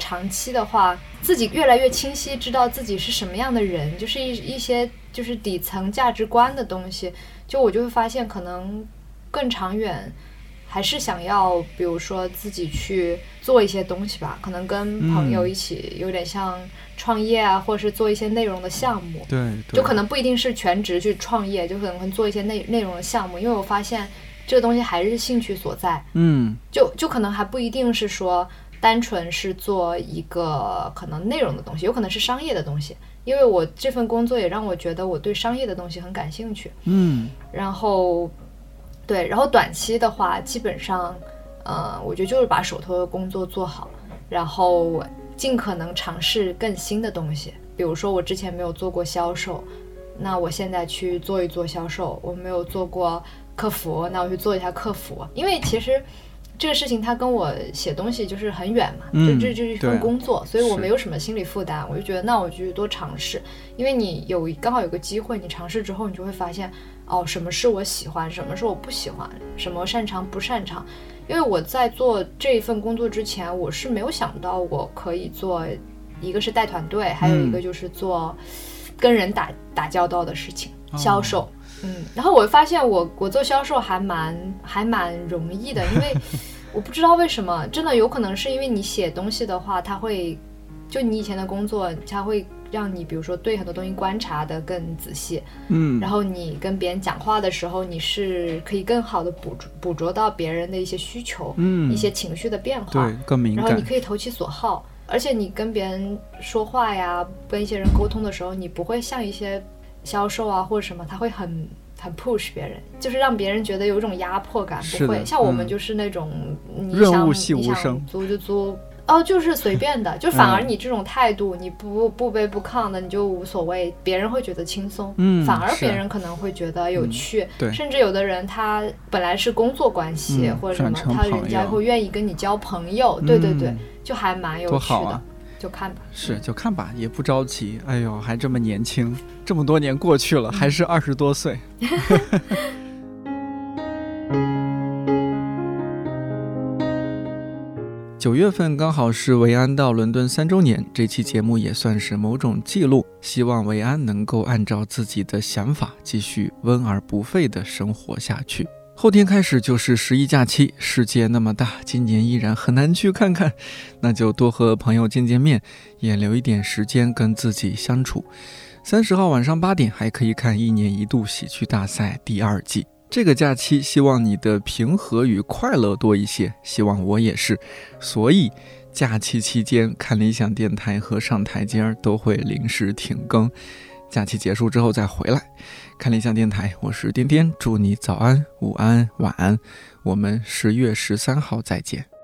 长期的话，自己越来越清晰知道自己是什么样的人，就是一些就是底层价值观的东西，就我就会发现可能更长远还是想要比如说自己去做一些东西吧，可能跟朋友一起有点像创业啊，或者是做一些内容的项目。 对， 就可能不一定是全职去创业，就可能会做一些内容的项目，因为我发现这个东西还是兴趣所在。就可能还不一定是说单纯是做一个可能内容的东西，有可能是商业的东西，因为我这份工作也让我觉得我对商业的东西很感兴趣。然后短期的话基本上我觉得就是把手头的工作做好，然后尽可能尝试更新的东西，比如说我之前没有做过销售，那我现在去做一做销售，我没有做过客服，那我去做一下客服，因为其实这个事情它跟我写东西就是很远嘛，这就是一份工作，所以我没有什么心理负担，我就觉得那我就多尝试，因为你刚好有个机会，你尝试之后你就会发现什么是我喜欢，什么是我不喜欢，什么擅长不擅长。因为我在做这一份工作之前，我是没有想到我可以做一个是带团队，还有一个就是做跟人打交道的事情，销售。然后我发现我做销售还蛮容易的，因为我不知道为什么，真的有可能是因为你写东西的话，它会就你以前的工作，它会让你比如说对很多东西观察的更仔细，然后你跟别人讲话的时候，你是可以更好的捕捉到别人的一些需求，一些情绪的变化， 对，更敏感， 然后你可以投其所好，而且你跟别人说话呀，跟一些人沟通的时候，你不会像一些销售啊或者什么，他会很 push 别人，就是让别人觉得有一种压迫感，不会像我们就是那种润物细无声， 租就租就是随便的，就反而你这种态度，你不卑不亢的，你就无所谓，别人会觉得轻松，反而别人可能会觉得有趣，甚至有的人他本来是工作关系，或者什么，他人家会愿意跟你交朋友，对，就还蛮有趣的。就看吧， 就看吧，也不着急。哎呦，还这么年轻，这么多年过去了，还是20多岁。9月份刚好是维安到伦敦3周年，这期节目也算是某种记录，希望维安能够按照自己的想法继续温而不沸地生活下去。后天开始就是11假期，世界那么大，今年依然很难去看看，那就多和朋友见面，也留一点时间跟自己相处。30号晚上8点还可以看1年1度喜剧大赛第2季。这个假期希望你的平和与快乐多一些，希望我也是，所以假期期间看理想电台和上台阶都会临时停更，假期结束之后再回来。看理想电台，我是颠颠，祝你早安、午安、晚安，我们10月13号再见。